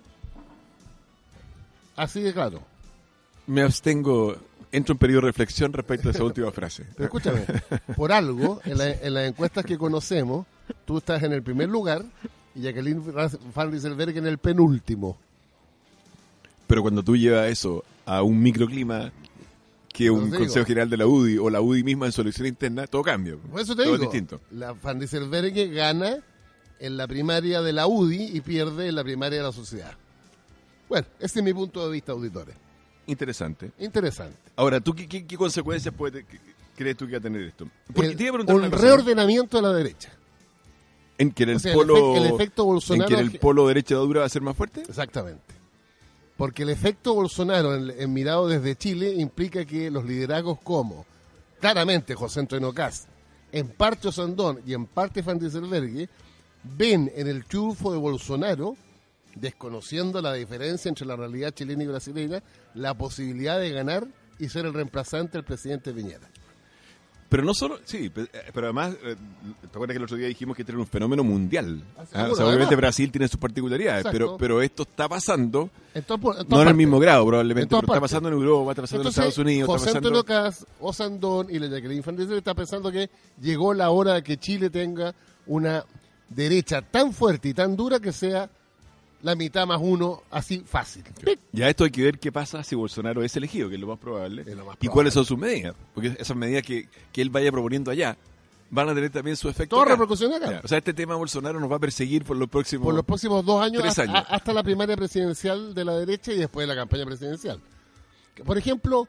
Así de claro. Me abstengo, entro en periodo de reflexión respecto a esa última frase. Pero escúchame, por algo, en, la, en las encuestas que conocemos, tú estás en el primer lugar y Jacqueline Van Rysselberghe en el penúltimo. Pero cuando tú llevas eso a un microclima que un Consejo General de la U D I o la U D I misma en su elección interna, todo cambia. Por eso te todo digo, es distinto. La Van Rysselberghe gana en la primaria de la U D I y pierde en la primaria de la sociedad. Bueno, ese es mi punto de vista, auditores. Interesante. Interesante. Ahora, ¿tú qué, qué, qué consecuencias puede, qué, crees tú que va a tener esto? Porque el, te iba a preguntar un una cosa, reordenamiento de la derecha. ¿En que en el, o sea, polo, el, efect, el efecto Bolsonaro... ¿En que el polo derecha dura va a ser más fuerte? Exactamente. Porque el efecto Bolsonaro, en, en mirado desde Chile, implica que los liderazgos como, claramente, José Antonio Kast, en parte Osandón y en parte Van Rysselberghe, ven en el triunfo de Bolsonaro, desconociendo la diferencia entre la realidad chilena y brasileña, la posibilidad de ganar y ser el reemplazante del presidente Piñera. Pero no solo, sí, pero además, eh, ¿te acuerdas que el otro día dijimos que este era un fenómeno mundial? Ah, seguro, o sea, obviamente Brasil tiene sus particularidades, pero, pero esto está pasando, en todo, en no partes. En el mismo grado probablemente, pero partes. Está pasando en Europa, está pasando Entonces, en Estados Unidos. José está pasando... Antonio Kast, Osandón y la Jacqueline Van Rysselberghe está pensando que llegó la hora de que Chile tenga una derecha tan fuerte y tan dura que sea la mitad más uno, así fácil. Ya esto hay que ver qué pasa si Bolsonaro es elegido, que es lo más probable, es lo más probable. Y cuáles son sus medidas, porque esas medidas que, que él vaya proponiendo allá van a tener también su efecto Toda acá. repercusión acá. Ya, o sea, este tema Bolsonaro nos va a perseguir por los próximos por los próximos dos años, tres años. Hasta, hasta la primaria presidencial de la derecha y después de la campaña presidencial. Por ejemplo,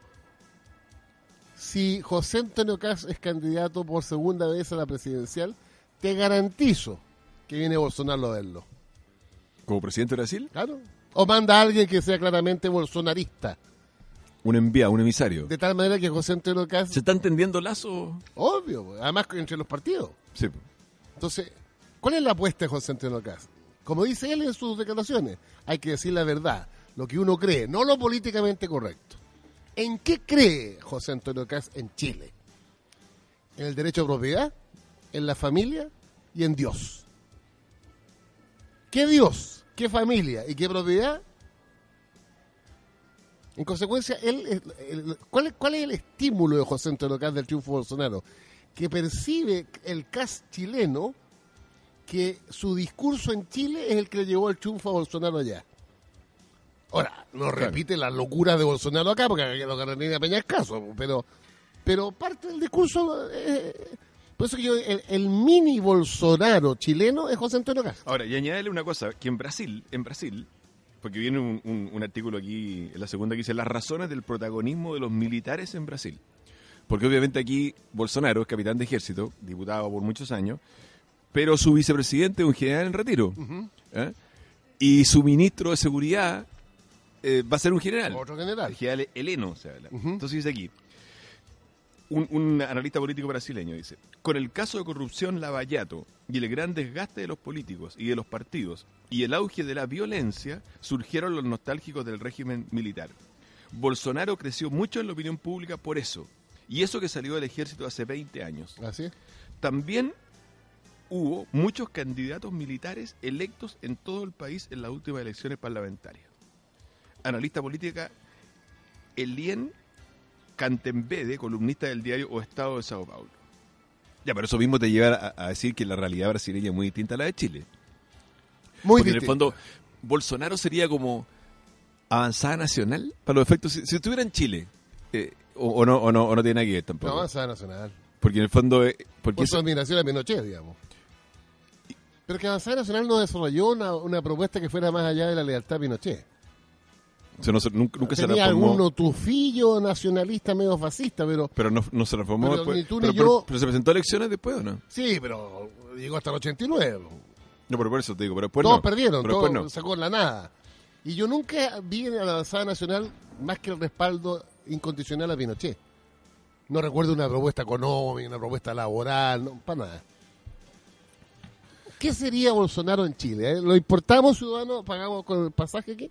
si José Antonio Kast es candidato por segunda vez a la presidencial, te garantizo que viene Bolsonaro a verlo. ¿Como presidente de Brasil? Claro. O manda a alguien que sea claramente bolsonarista. Un enviado, un emisario. De tal manera que José Antonio Kast... ¿Se están tendiendo lazos? Obvio, además entre los partidos. Sí. Entonces, ¿cuál es la apuesta de José Antonio Kast? Como dice él en sus declaraciones, hay que decir la verdad, lo que uno cree, no lo políticamente correcto. ¿En qué cree José Antonio Kast en Chile? ¿En el derecho a propiedad? ¿En la familia? Y en Dios. ¿Qué Dios? ¿Qué familia? ¿Y qué propiedad? En consecuencia, él, el, ¿cuál, ¿cuál es el estímulo de José Antonio Kast del triunfo de Bolsonaro? Que percibe el Kast chileno que su discurso en Chile es el que le llevó el triunfo a Bolsonaro allá. Ahora, no repite las locuras de Bolsonaro acá, porque lo que Reina Peña es caso, pero, pero parte del discurso... Eh, por eso que yo, el, el mini Bolsonaro chileno es José Antonio Kast. Ahora, y añadirle una cosa, que en Brasil, en Brasil, porque viene un, un, un artículo aquí, en la segunda, que dice las razones del protagonismo de los militares en Brasil. Porque obviamente aquí Bolsonaro es capitán de ejército, diputado por muchos años, pero su vicepresidente es un general en retiro. Uh-huh. ¿eh? Y su ministro de seguridad eh, va a ser un general. Otro general. El general Heleno, o sea, uh-huh. Entonces dice aquí, Un, un analista político brasileño dice, con el caso de corrupción Lavallato y el gran desgaste de los políticos y de los partidos y el auge de la violencia, surgieron los nostálgicos del régimen militar. Bolsonaro creció mucho en la opinión pública por eso, y eso que salió del ejército hace veinte años. ¿Así? También hubo muchos candidatos militares electos en todo el país en las últimas elecciones parlamentarias. Analista política Elien Cantembede, columnista del diario O Estado de Sao Paulo. Ya, pero eso mismo te lleva a, a decir que la realidad brasileña es muy distinta a la de Chile. Muy Porque distinta. En el fondo, Bolsonaro sería como avanzada nacional para los efectos. Si, si estuviera en Chile, eh, o, o, no, o, no, o no tiene nada que ver tampoco. No, avanzada nacional. Porque en el fondo... Eh, porque Por su admiración a Pinochet, digamos. Pero que Avanzada Nacional no desarrolló una, una propuesta que fuera más allá de la lealtad a Pinochet. O sea, no se- nunca, nunca se Tenía transformó. alguno tufillo nacionalista medio fascista, pero Pero no, no se transformó Pero después. ni tú ni pero, yo- pero- pero se presentó a elecciones después, ¿o no? sí, pero llegó hasta el ochenta y nueve. No, pero por eso te digo, pero después Todos no. perdieron, Pero todos después no. sacó en la nada. Y yo nunca vi en la avanzada nacional más que el respaldo incondicional a Pinochet. No recuerdo una propuesta económica, una propuesta laboral, no, para nada. ¿Qué sería Bolsonaro en Chile? eh? ¿Lo importamos, ciudadanos? ¿Pagamos con el pasaje aquí?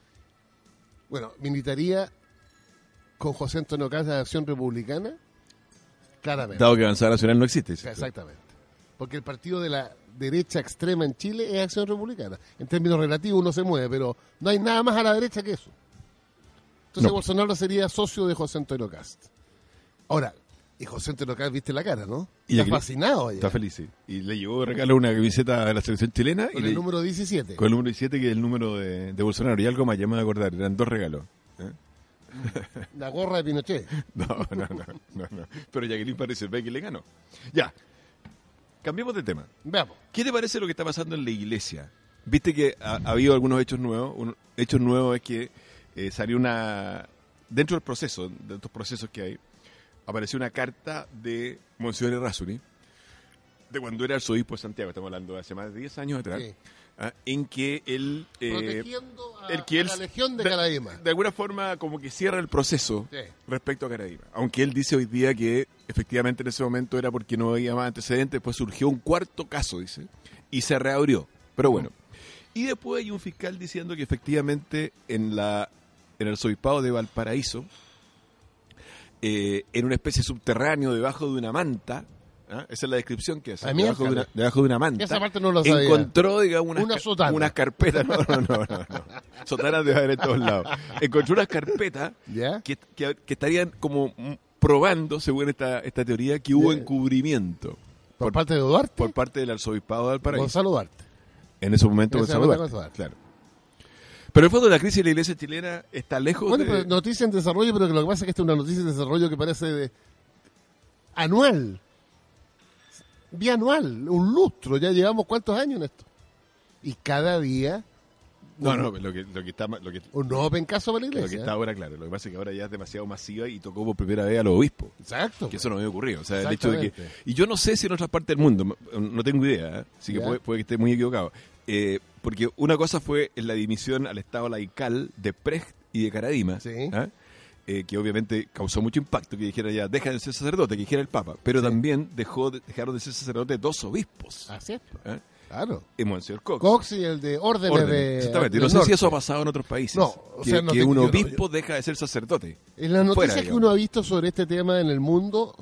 Bueno, militaría con José Antonio Caz de Acción Republicana, claramente. Dado que Avanzada Nacional no existe. ¿cierto? Exactamente. Porque el partido de la derecha extrema en Chile es Acción Republicana. En términos relativos uno se mueve, pero no hay nada más a la derecha que eso. Entonces No. Bolsonaro sería socio de José Antonio Cast. Ahora, y José Antonio Cast, viste la cara, ¿no? Y Está aquí- fascinado allá. Está feliz, sí. Y le llevó regalo una camiseta de la selección chilena. Con y el le- número diecisiete. Con el número diecisiete, que es el número de, de Bolsonaro. Y algo más, ya me voy a acordar. Eran dos regalos. ¿eh? La gorra de Pinochet. No, no, no, no, no. Pero Jacqueline parece ve que le ganó. Ya. Cambiemos de tema. Veamos. ¿Qué te parece lo que está pasando en la iglesia? Viste que ha, ha habido algunos hechos nuevos. Un, hechos nuevos es que eh, salió una... Dentro del proceso, de estos procesos que hay, apareció una carta de Monseñor Errázuriz, de cuando era arzobispo de Santiago, estamos hablando de hace más de diez años atrás, Sí. ¿ah? en que él... eh, Protegiendo a, el que a él- la legión de de- Caraíma. de alguna forma como que cierra el proceso Sí. respecto a Caraíba. Aunque él dice hoy día que efectivamente en ese momento era porque no había más antecedentes, después surgió un cuarto caso, dice, y se reabrió. Pero bueno. Y después hay un fiscal diciendo que efectivamente en la en el arzobispado de Valparaíso, eh, en una especie de subterráneo debajo de una manta, ¿ah? Esa es la descripción que hace, Ah, debajo, de una, miércoles. debajo de una manta, Esa parte no lo sabía. encontró, digamos, unas, Una ca- sotana. unas carpetas, no, no, no, no, no. Sotanas debe haber en todos lados. Encontró unas carpetas ¿Ya? que, que, que estarían como mm, probando, según esta, esta teoría, que hubo Ya. encubrimiento ¿Por, por, parte de Duarte? por parte del arzobispado de Valparaíso. Gonzalo Duarte. En ese momento, En ese Gonzalo momento, Duarte, Gonzalo claro. Pero en el fondo la crisis de la iglesia chilena está lejos Bueno, de... pero noticia en desarrollo, pero que lo que pasa es que esta es una noticia en desarrollo que parece de anual. Bianual, un lustro. Ya llevamos cuántos años en esto. Y cada día No, no, lo que, lo que está... ma- Lo que, un nuevo pencazo para la lo que iglesia. está ahora, claro. Lo que pasa es que ahora ya es demasiado masiva y tocó por primera vez a los obispos. Exacto. Que eso no había ocurrido. O sea, el hecho de que... Exactamente. Y yo no sé si en otras partes del mundo, no tengo idea, ¿eh? Así que Ya. puede, puede que esté muy equivocado. Eh, porque una cosa fue en la dimisión al Estado laical de Precht y de Caradima, Sí. ¿ah? Eh, que obviamente causó mucho impacto, que dijera ya, deja de ser sacerdote, que dijera el Papa. Pero Sí. también dejó de- dejaron de ser sacerdotes dos obispos. Así es. ¿ah? Claro. Y Monseñor Cox. Cox y el de órdenes Orden. de. Exactamente. del No sé norte. si eso ha pasado en otros países. No, o que, sea, no que te- un yo no- obispo deja de ser sacerdote. En las Fuera, noticias que digamos. uno ha visto sobre este tema en el mundo,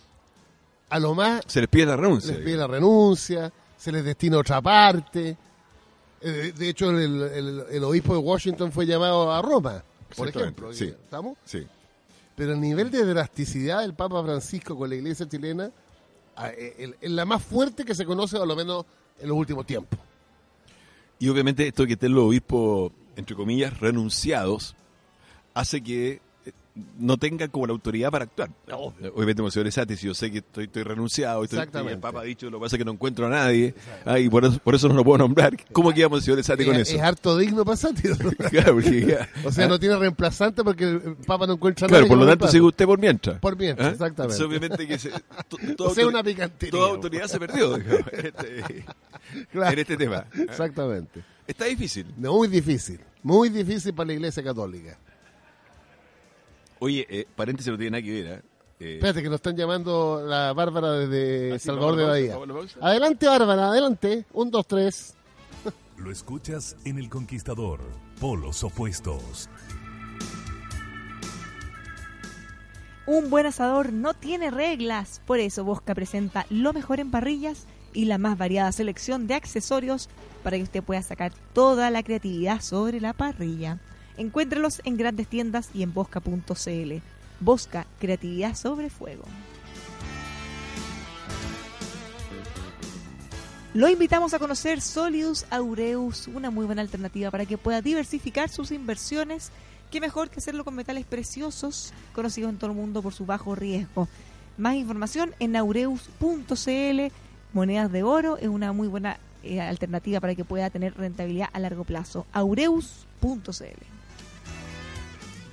a lo más Se les pide la renuncia. les pide la renuncia, se les destina a otra parte. Eh, De hecho, el, el- el obispo de Washington fue llamado a Roma, por Exactamente, ejemplo. sí. ¿Estamos? Sí. Pero el nivel de drasticidad del Papa Francisco con la iglesia chilena ah, eh, el- es la más fuerte que se conoce, a lo menos en los últimos tiempos. Y obviamente esto de que estén los obispos, entre comillas, renunciados, hace que eh, no tengan como la autoridad para actuar. Obviamente, Monseñor Esati, si yo sé que estoy, estoy renunciado, estoy, Exactamente. y el Papa ha dicho, lo que pasa es que no encuentro a nadie, ah, y por eso, por eso no lo puedo nombrar. ¿Cómo queda Monseñor Esati con es, eso? es harto digno para sátiro. Claro, porque ya- O sea, ah, no tiene reemplazante porque el Papa no encuentra a Claro, nadie por que lo lo tanto reemplace. sigue usted por mientras. Por mientras, ¿Ah? exactamente. Entonces, obviamente que se, to- toda, O sea, autori- una picantería. toda autoridad se perdió, digamos, en este, Claro. en este tema. ¿ah? Exactamente. Está difícil. No, muy difícil. Muy difícil para la iglesia católica. Oye, eh, paréntesis, no tiene nada que ver. ¿eh? Eh, Espérate, que nos están llamando la Bárbara desde ¿Ah, sí? Salvador de ¿Vamos a la Bahía. pausa? ¿Vamos a la pausa? Adelante, Bárbara, adelante. Un, dos, tres. Lo escuchas en El Conquistador. Polos opuestos. Un buen asador no tiene reglas, por eso Bosca presenta lo mejor en parrillas y la más variada selección de accesorios para que usted pueda sacar toda la creatividad sobre la parrilla. Encuéntrelos en grandes tiendas y en bosca punto cl. Bosca, creatividad sobre fuego. Lo invitamos a conocer Solidus Aureus, una muy buena alternativa para que pueda diversificar sus inversiones. Qué mejor que hacerlo con metales preciosos, conocidos en todo el mundo por su bajo riesgo. Más información en aureus punto cl. Monedas de oro es una muy buena eh, alternativa para que pueda tener rentabilidad a largo plazo. aureus punto cl.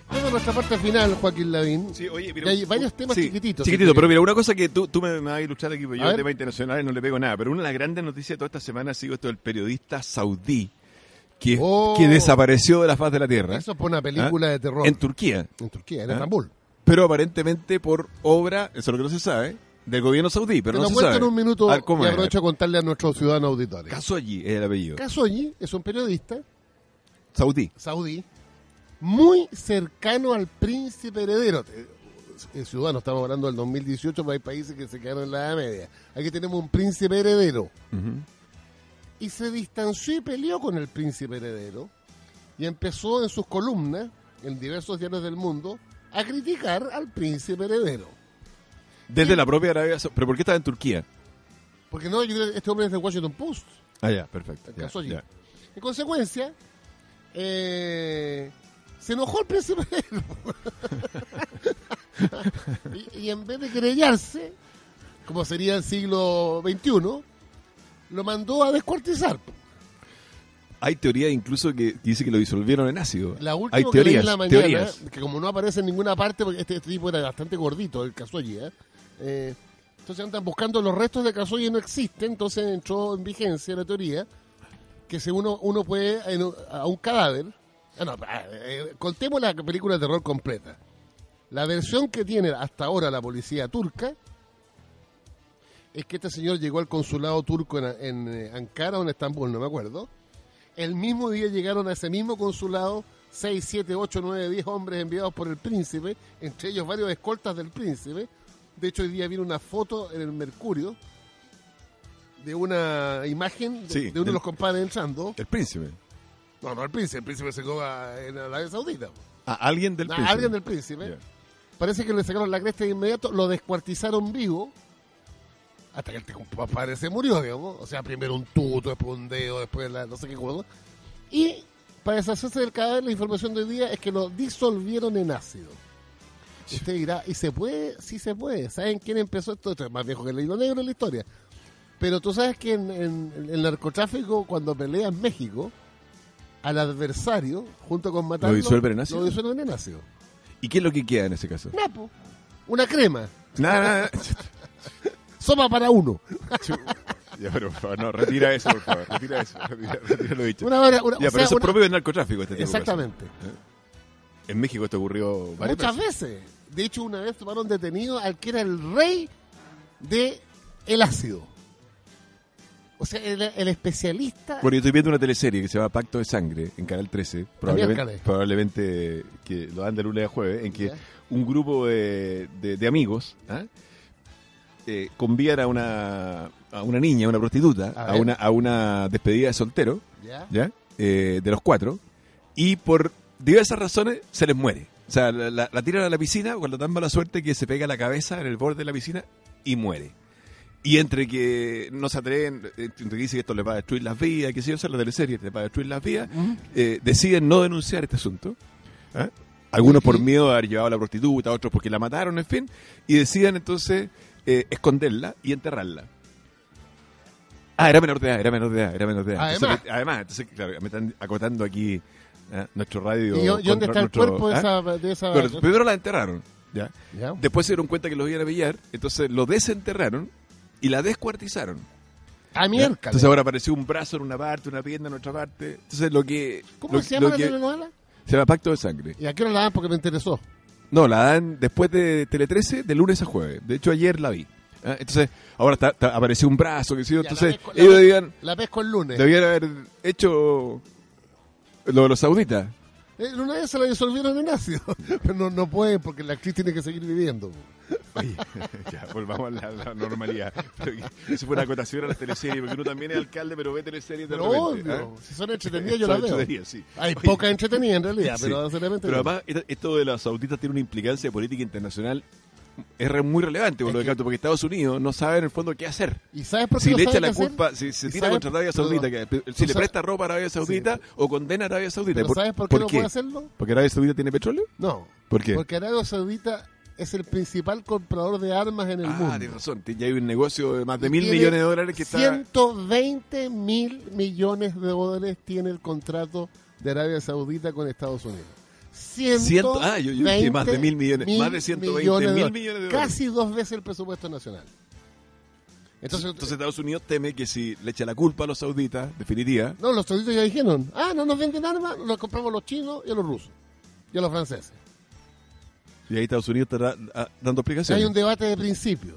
Vamos a nuestra parte final, Joaquín Lavín. Sí, oye, pero, hay varios temas sí, chiquititos. Chiquitito, pero mira, una cosa que tú, tú me, me vas a ilustrar aquí, porque a yo ver. el tema internacional no le pego nada, pero una de las grandes noticias de toda esta semana ha sido esto del periodista saudí que, oh, que desapareció de la faz de la tierra. Eso fue una película ¿Ah? de terror. En Turquía. En Turquía, en ¿Ah? Estambul. Pero aparentemente por obra, eso es lo que no se sabe, del gobierno saudí, pero Te no lo se sabe. cuento en un minuto A ver, ¿cómo y es? aprovecho a contarle a nuestros ciudadanos auditores. Khashoggi es el apellido. Khashoggi es un periodista Saudí. saudí muy cercano al príncipe heredero. El ciudadano, estamos hablando del dos mil dieciocho, pero hay países que se quedaron en la Edad Media. Aquí tenemos un príncipe heredero. Uh-huh. Y se distanció y peleó con el príncipe heredero y empezó en sus columnas, en diversos diarios del mundo, a criticar al príncipe heredero. Desde y, la propia Arabia Saudí. ¿Pero por qué estaba en Turquía? Porque no, yo creo que este hombre es del Washington Post. Ah, ya, perfecto. El Ya, caso allí. ya. En consecuencia, eh, se enojó el príncipe heredero. y, y en vez de querellarse, como sería el siglo veintiuno, lo mandó a descuartizar. Hay teoría incluso que dice que lo disolvieron en ácido. La última Hay que teorías, leí en la mañana, teorías. que como no aparece en ninguna parte, porque este, este tipo era bastante gordito, el Khashoggi, ¿eh? Eh, entonces andan buscando los restos de Khashoggi y no existen, entonces entró en vigencia la teoría que si uno, uno puede en un- a un cadáver, ah, no, eh, contemos la película de terror completa. La versión que tiene hasta ahora la policía turca es que este señor llegó al consulado turco en, en eh, Ankara o en Estambul, no me acuerdo. El mismo día llegaron a ese mismo consulado seis, siete, ocho, nueve, diez hombres enviados por el príncipe, entre ellos varios escoltas del príncipe. De hecho, hoy día viene una foto en el Mercurio de una imagen de, Sí, de uno de del- los compadres entrando. El príncipe. No, no el príncipe, el príncipe se coba en Arabia Saudita. A alguien del Ah, príncipe. alguien del príncipe. Ya. Parece que le sacaron la cresta de inmediato, lo descuartizaron vivo, hasta que el compadre se murió, digamos. O sea, primero un tuto, después un dedo, después la, no sé qué cosa. Y para deshacerse del cadáver, la información de hoy día es que lo disolvieron en ácido. Usted dirá, ¿y se puede? Sí se puede. ¿Saben quién empezó esto? Esto es más viejo que el hilo negro en la historia. Pero tú sabes que en, en- en el narcotráfico, cuando pelea en México, al adversario, junto con matarlo, ¿Lo disuelven en ácido? Lo disuelven en ácido. ¿Y qué es lo que queda en ese caso? Napo. Una crema. Nada, nada. Sopa para uno. Ya, pero por favor, no, retira eso, por favor. Retira eso. Retira, retira lo dicho. Una hora- una- ya, o pero sea, eso es una- propio del narcotráfico, este tipo de Exactamente. cosas. ¿Eh? En México esto ocurrió varias Muchas veces. veces. De hecho, una vez tomaron detenido al que era el rey de el ácido. O sea, el, el especialista. Bueno, yo estoy viendo una teleserie que se llama Pacto de Sangre en Canal trece, probablemente, miércoles. probablemente que lo dan de lunes a jueves, en que Ya. un grupo de, de- de amigos ¿ah? eh, convían a una, a una niña, una prostituta, A a, ver. una, a una despedida de soltero, Ya. ¿ya? Eh, de los cuatro, y por diversas razones se les muere. O sea, la, la- la tiran a la piscina con la tan mala suerte que se pega la cabeza en el borde de la piscina y muere. Y entre que no se atreven, entre que dice que esto les va a destruir las vidas, que si yo sé la teleserie, les va a destruir las vidas, eh, deciden no denunciar este asunto. ¿ah? Algunos por miedo de haber llevado a la prostituta, otros porque la mataron, en fin, y deciden entonces eh, esconderla y enterrarla. Ah, era menor de edad, era menor de edad, era menor de edad. Además. Entonces, además, entonces, claro, me están acotando aquí ¿ah? nuestro radio. ¿Y, y dónde contra está el nuestro- cuerpo de ¿ah? esa, de esa- Bueno, primero la enterraron, ¿ya? Ya. Después se dieron cuenta que los iban a pillar, entonces lo desenterraron y la descuartizaron. A ¿ya? miércoles. Entonces ahora apareció un brazo en una parte, una pierna en otra parte. Entonces lo que... ¿Cómo lo- se llama lo la que- telenovela? Se llama Pacto de Sangre. ¿Y a qué hora la dan? Porque me interesó. No, la dan después de Tele trece, de lunes a jueves. De hecho, ayer la vi. ¿ah? Entonces, ahora está- está- apareció un brazo, que sí. Ya, Entonces, la pesco- la ellos pesco- debían, La pesco el lunes. debían haber hecho lo de los sauditas. Eh, Una vez se la disolvieron en ácido. Pero no, no pueden porque la actriz tiene que seguir viviendo. Oye, ya, volvamos a la, la normalidad. Pero que- eso fue una acotación a las teleseries, porque uno también es alcalde, pero ve teleseries de Pero repente. obvio, ¿ah? si son entretenidas yo Son las veo. entretenidas, sí. Hay Oye, poca entretenida en realidad, sí. pero seriamente Pero no. además, esto- esto de los sauditas tiene una implicancia política internacional es re- muy relevante, por lo de Canto, porque Estados Unidos no sabe en el fondo qué hacer. ¿Y sabes por qué Si no le sabe echa la qué hacer? culpa, si se ¿Y tira sabes- contra Arabia pero- Saudita, que, tú si le sabes- presta ropa a Arabia Saudita o condena a Arabia Saudita. ¿Pero sabes por qué no puede hacerlo? ¿Porque Arabia Saudita tiene petróleo? No. ¿Por qué? Porque Arabia Saudita es el principal comprador de armas en el Ah, mundo. tienes razón. Ya hay un negocio de más de Y mil tiene millones de dólares que está... ciento veinte mil millones de dólares tiene el contrato de Arabia Saudita con Estados Unidos. ciento Ah, yo, yo dije más de mil millones, más de ciento veinte mil millones de dólares. Casi dos veces el presupuesto nacional. Entonces, Entonces Estados Unidos teme que si le echa la culpa a los sauditas, definitiva... No, los sauditas ya dijeron, ah, no nos venden armas, los compramos los chinos y a los rusos, y a los franceses. Y ahí Estados Unidos estará ah, dando explicaciones. Hay un debate de principio.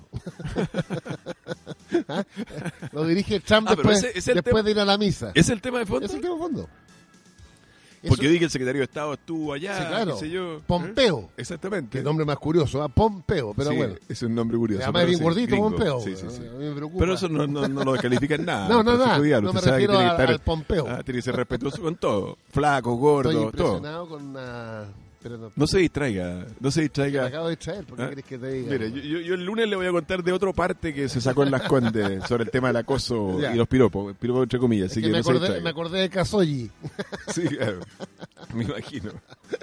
¿Ah? Lo dirige Trump ah, después, ese, ese después de ir a la misa. ¿Es el tema de fondo? Es el tema de fondo. Porque yo dije que el secretario de Estado estuvo allá, sí, claro. qué sé yo. Pompeo. ¿Eh? Exactamente. Qué nombre más curioso, ¿eh? Pompeo, pero sí, bueno. Es un nombre curioso. Además es bien gordito, gringo. Pompeo. Sí, sí, sí. A mí me preocupa. Pero eso no, no, no lo descalifica en nada. No, no, nada. No, no me sabe refiero que a, estar, al Pompeo. Ah, tiene que ser respetuoso con todo. Flaco, gordo, Estoy impresionado todo. con una... Pero no, no se distraiga, no se distraiga. Me acabo de distraer, ¿por qué ¿Ah? querés que te diga? Mire, yo, yo el lunes le voy a contar de otra parte que se sacó en Las Condes sobre el tema del acoso y los piropos, piropos entre comillas. Así es que, que, me, no acordé, me acordé de Casoyi. Sí, claro. Me imagino.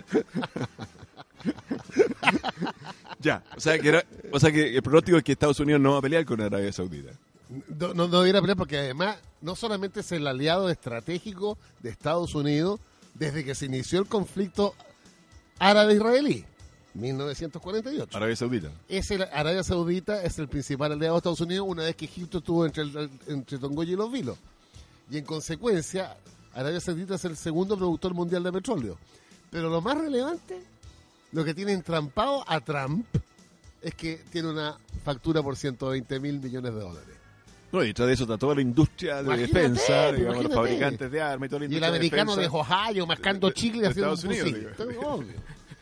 Ya, o sea, que era, o sea que el pronóstico es que Estados Unidos no va a pelear con Arabia Saudita. No, no, no debería pelear porque además no solamente es el aliado estratégico de Estados Unidos desde que se inició el conflicto árabe-israelí, mil novecientos cuarenta y ocho. Arabia Saudita. Es el, Arabia Saudita es el principal aliado de Estados Unidos una vez que Egipto estuvo entre, el, entre Tongoyo y los Vilos. Y en consecuencia, Arabia Saudita es el segundo productor mundial de petróleo. Pero lo más relevante, lo que tiene entrampado a Trump, es que tiene una factura por ciento veinte mil millones de dólares. No, y detrás de eso está toda la industria de imagínate, defensa, digamos, imagínate. Los fabricantes de armas y toda la industria y el americano de, de Ohio mascando de, chicle de haciendo Estados Unidos, un obvio.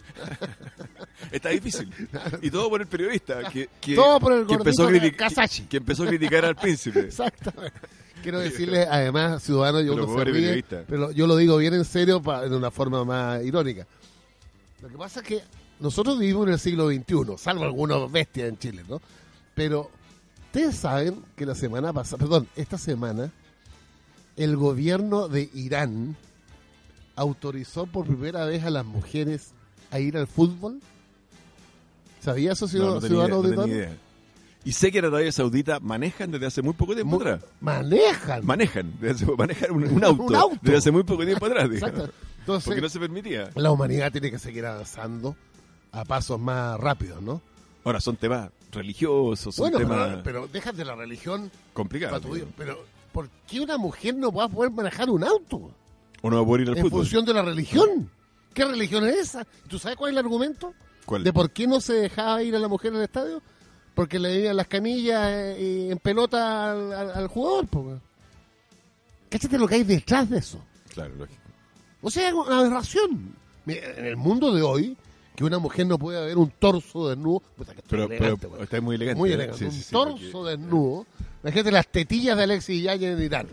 Está difícil. Y todo por el periodista que, que, todo por el que, empezó, a critica, que, que empezó a criticar al príncipe. Exactamente. Quiero decirle, además, ciudadano, yo, uno se ríe, pero yo lo digo bien en serio, pa, de una forma más irónica. Lo que pasa es que nosotros vivimos en el siglo veintiuno, salvo algunas bestias en Chile, ¿no? Pero ustedes saben que la semana pasada, perdón, esta semana, el gobierno de Irán autorizó por primera vez a las mujeres a ir al fútbol. ¿Sabía eso, ciudadano? No, no tenía, no tenía idea. Y sé que en Arabia Saudita manejan desde hace muy poco tiempo muy, atrás. ¿Manejan? Manejan. Desde hace, manejan un, un, auto, un auto desde hace muy poco tiempo atrás. Exacto. Entonces, porque no se permitía. La humanidad tiene que seguir avanzando a pasos más rápidos, ¿no? Ahora, son temas religiosos, son bueno, temas... Pero, pero déjate la religión... Complicado. Pero, ¿por qué una mujer no va a poder manejar un auto? ¿O no va a poder ir al en fútbol? En función de la religión. ¿Qué religión es esa? ¿Tú sabes cuál es el argumento? ¿Cuál? De por qué no se dejaba ir a la mujer al estadio. Porque le dieron las canillas eh, en pelota al, al, al jugador. Po. Cáchate lo que hay detrás de eso. Claro, lógico. O sea, es una aberración. En el mundo de hoy, que una mujer no puede ver un torso desnudo. Puta, que pero, elegante, pero está muy elegante. Muy elegante. Sí, un sí, sí, torso porque... desnudo. Imagínate las tetillas de Alexis Yáñez en Irán.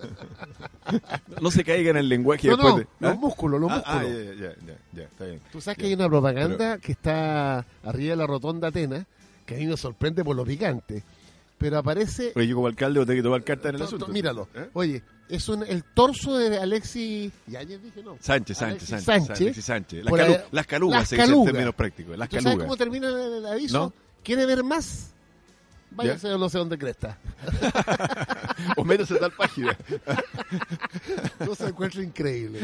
No se caiga en el lenguaje no, después no, de... ¿Ah? los músculos, los ah, músculos. Ah, ya, ya, ya, ya, está bien. Tú sabes ya. que hay una propaganda pero... que está arriba de la rotonda Atenas, que a mí me sorprende por lo picante. Pero aparece... Oye, yo como alcalde voy a tener que tomar carta en el asunto. Míralo. ¿Eh? Oye, es un, el torso de Alexis... Yáñez dije, no. Sánchez, Sánchez, Sánchez. Sánchez. Alexis Sánchez. Las, calu calu las calugas, las se calugas. dice en términos prácticos. Las calugas. ¿Sabes cómo termina el aviso? ¿No? ¿Quiere ver más? Váyase a no sé dónde cresta. O menos en tal página. No se encuentra increíble.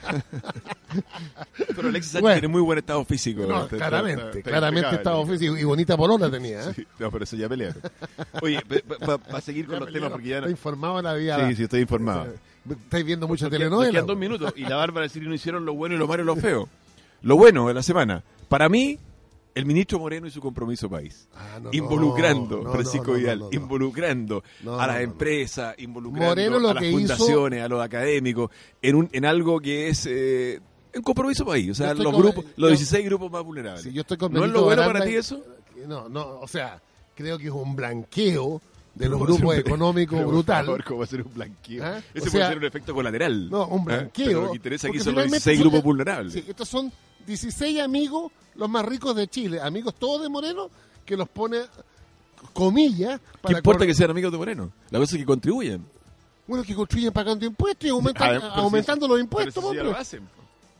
Pero Alexis Sánchez bueno, tiene muy buen estado físico. No, está, claramente, está, está, claramente está estado físico. Y bonita polola tenía. ¿eh? Sí, no, pero eso ya pelearon. Oye, para seguir con ya los pelearon. temas, porque ya no... Estoy informado en la vida. Sí, sí, estoy informado. Estáis viendo mucha porque, telenovela. Nos quedan dos minutos. Y la Bárbara decir no hicieron lo bueno y lo malo y lo feo. Lo bueno de la semana. Para mí... El ministro Moreno y su compromiso país. Ah, no, involucrando, no, no, Francisco no, no, Vidal, no, no, no. involucrando no, a las no, no, empresas, involucrando Moreno lo a las que fundaciones, hizo... a los académicos, en un en algo que es eh, un compromiso país. O sea, los con... grupos, los yo... dieciséis grupos más vulnerables. Sí, yo estoy con ¿No es lo bueno para ti eso? No, no, o sea, creo que es un blanqueo de los grupos económicos pero, brutal. Por favor, ¿cómo va a ser un blanqueo? ¿Ah? Ese o puede sea, ser un efecto colateral. No, un blanqueo. ¿Ah? Pero lo que interesa aquí son los dieciséis son, grupos vulnerables. Sí, estos son dieciséis amigos, los más ricos de Chile, amigos todos de Moreno, que los pone, comillas... Para ¿Qué importa que sean amigos de Moreno? La cosa es que contribuyen. Bueno, que contribuyen pagando impuestos y aumentan, ah, aumentando si, los impuestos. Pero si ya lo hacen.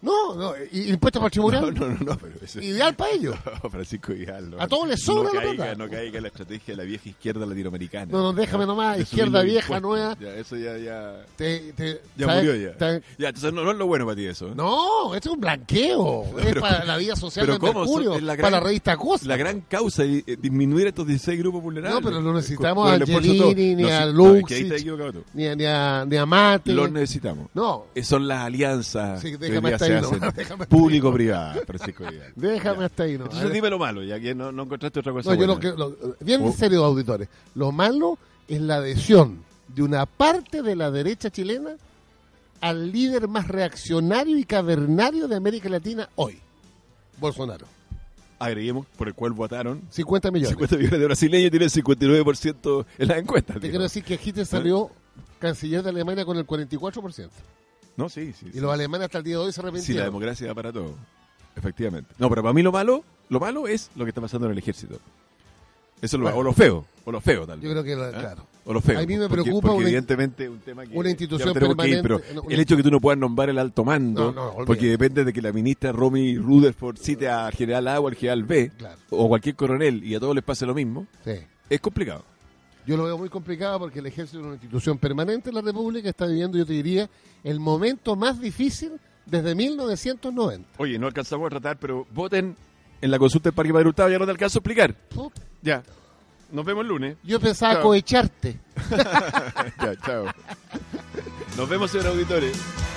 No, no, y- impuestos patrimoniales. No, no, no, no, pero eso... Ideal para ellos. No, Francisco Vidal. No. A todos les sobra no la caiga, plata. No caiga en la estrategia de la vieja izquierda latinoamericana. No, no, déjame nomás, De izquierda subir los vieja, impuestos. nueva. Ya, eso ya, ya... Te, te, Ya ¿sabes? murió ya. Te- Ya, entonces no, no es lo bueno para ti eso. ¿eh? No, esto es un blanqueo. es pero- para la vida social pero del ¿cómo? Mercurio, Es la para gran- la revista Cosa. La gran causa es eh, disminuir estos dieciséis grupos vulnerables. No, pero no necesitamos Con a el esfuerzo Angelini, todo. ni No, a sí, no, es que ahí Luxich, está equivocado tú. ni a, ni a, ni a Mate. Los necesitamos. No, Eh, Son las alianzas Sí, que déjame hoy día hasta se ahí hacen nomás, déjame hasta público-privadas, Francisco Vidal. déjame Ya. hasta ahí. No, Entonces dime lo malo, ya que no, no encontraste otra cosa no yo buena. lo que, lo- bien en Oh. serio, auditores. Lo malo es la adhesión de una parte de la derecha chilena al líder más reaccionario y cavernario de América Latina hoy, Bolsonaro. Agreguemos por el cual votaron cincuenta millones. cincuenta millones de brasileños y tienen cincuenta y nueve por ciento en las encuestas. Te digamos. quiero decir que Hitler salió canciller de Alemania con el cuarenta y cuatro por ciento. No, sí, sí. Y sí. los alemanes hasta el día de hoy se Sí, la arrepintieron. democracia da para todo. Efectivamente. No, pero para mí lo malo, lo malo es lo que está pasando en el ejército. Eso es lo, Bueno. o lo feo, o lo feo tal vez. Yo creo que, lo- ¿Eh? claro. O lo feo. A mí me porque- preocupa porque una- evidentemente un tema que una ya institución lo tenemos que ir, permanente, pero no, una- el hecho de que tú no puedas nombrar el alto mando, No, no, olvídate. porque depende de que la ministra Romy Rutherford cite al general A o al general B, Claro. o cualquier coronel, y a todos les pase lo mismo, Sí. es complicado. Yo lo veo muy complicado porque el ejército es una institución permanente en la República, está viviendo, yo te diría, el momento más difícil desde mil novecientos noventa. Oye, no alcanzamos a tratar, pero voten en la consulta del Parque Padre Hurtado, ya no te alcanzo a explicar. Put- Ya. Nos vemos el lunes. Yo pensaba Chao. cohecharte. Ya, chao. Nos vemos, señor auditores.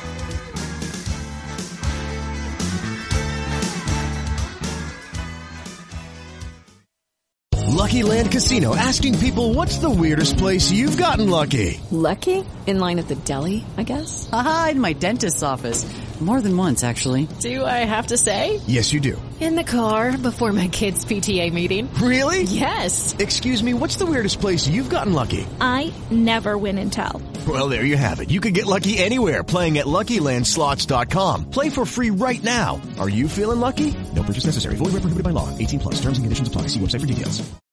Lucky Land Casino, asking people, what's the weirdest place you've gotten lucky? Lucky? In line at the deli, I guess? Aha, in my dentist's office. More than once, actually. Do I have to say? Yes, you do. In the car before my kids' P T A meeting. Really? Yes. Excuse me, what's the weirdest place you've gotten lucky? I never win and tell. Well, there you have it. You can get lucky anywhere, playing at Lucky Land Slots dot com. Play for free right now. Are you feeling lucky? No purchase necessary. Void where prohibited by law. eighteen plus. Terms and conditions apply. See website for details.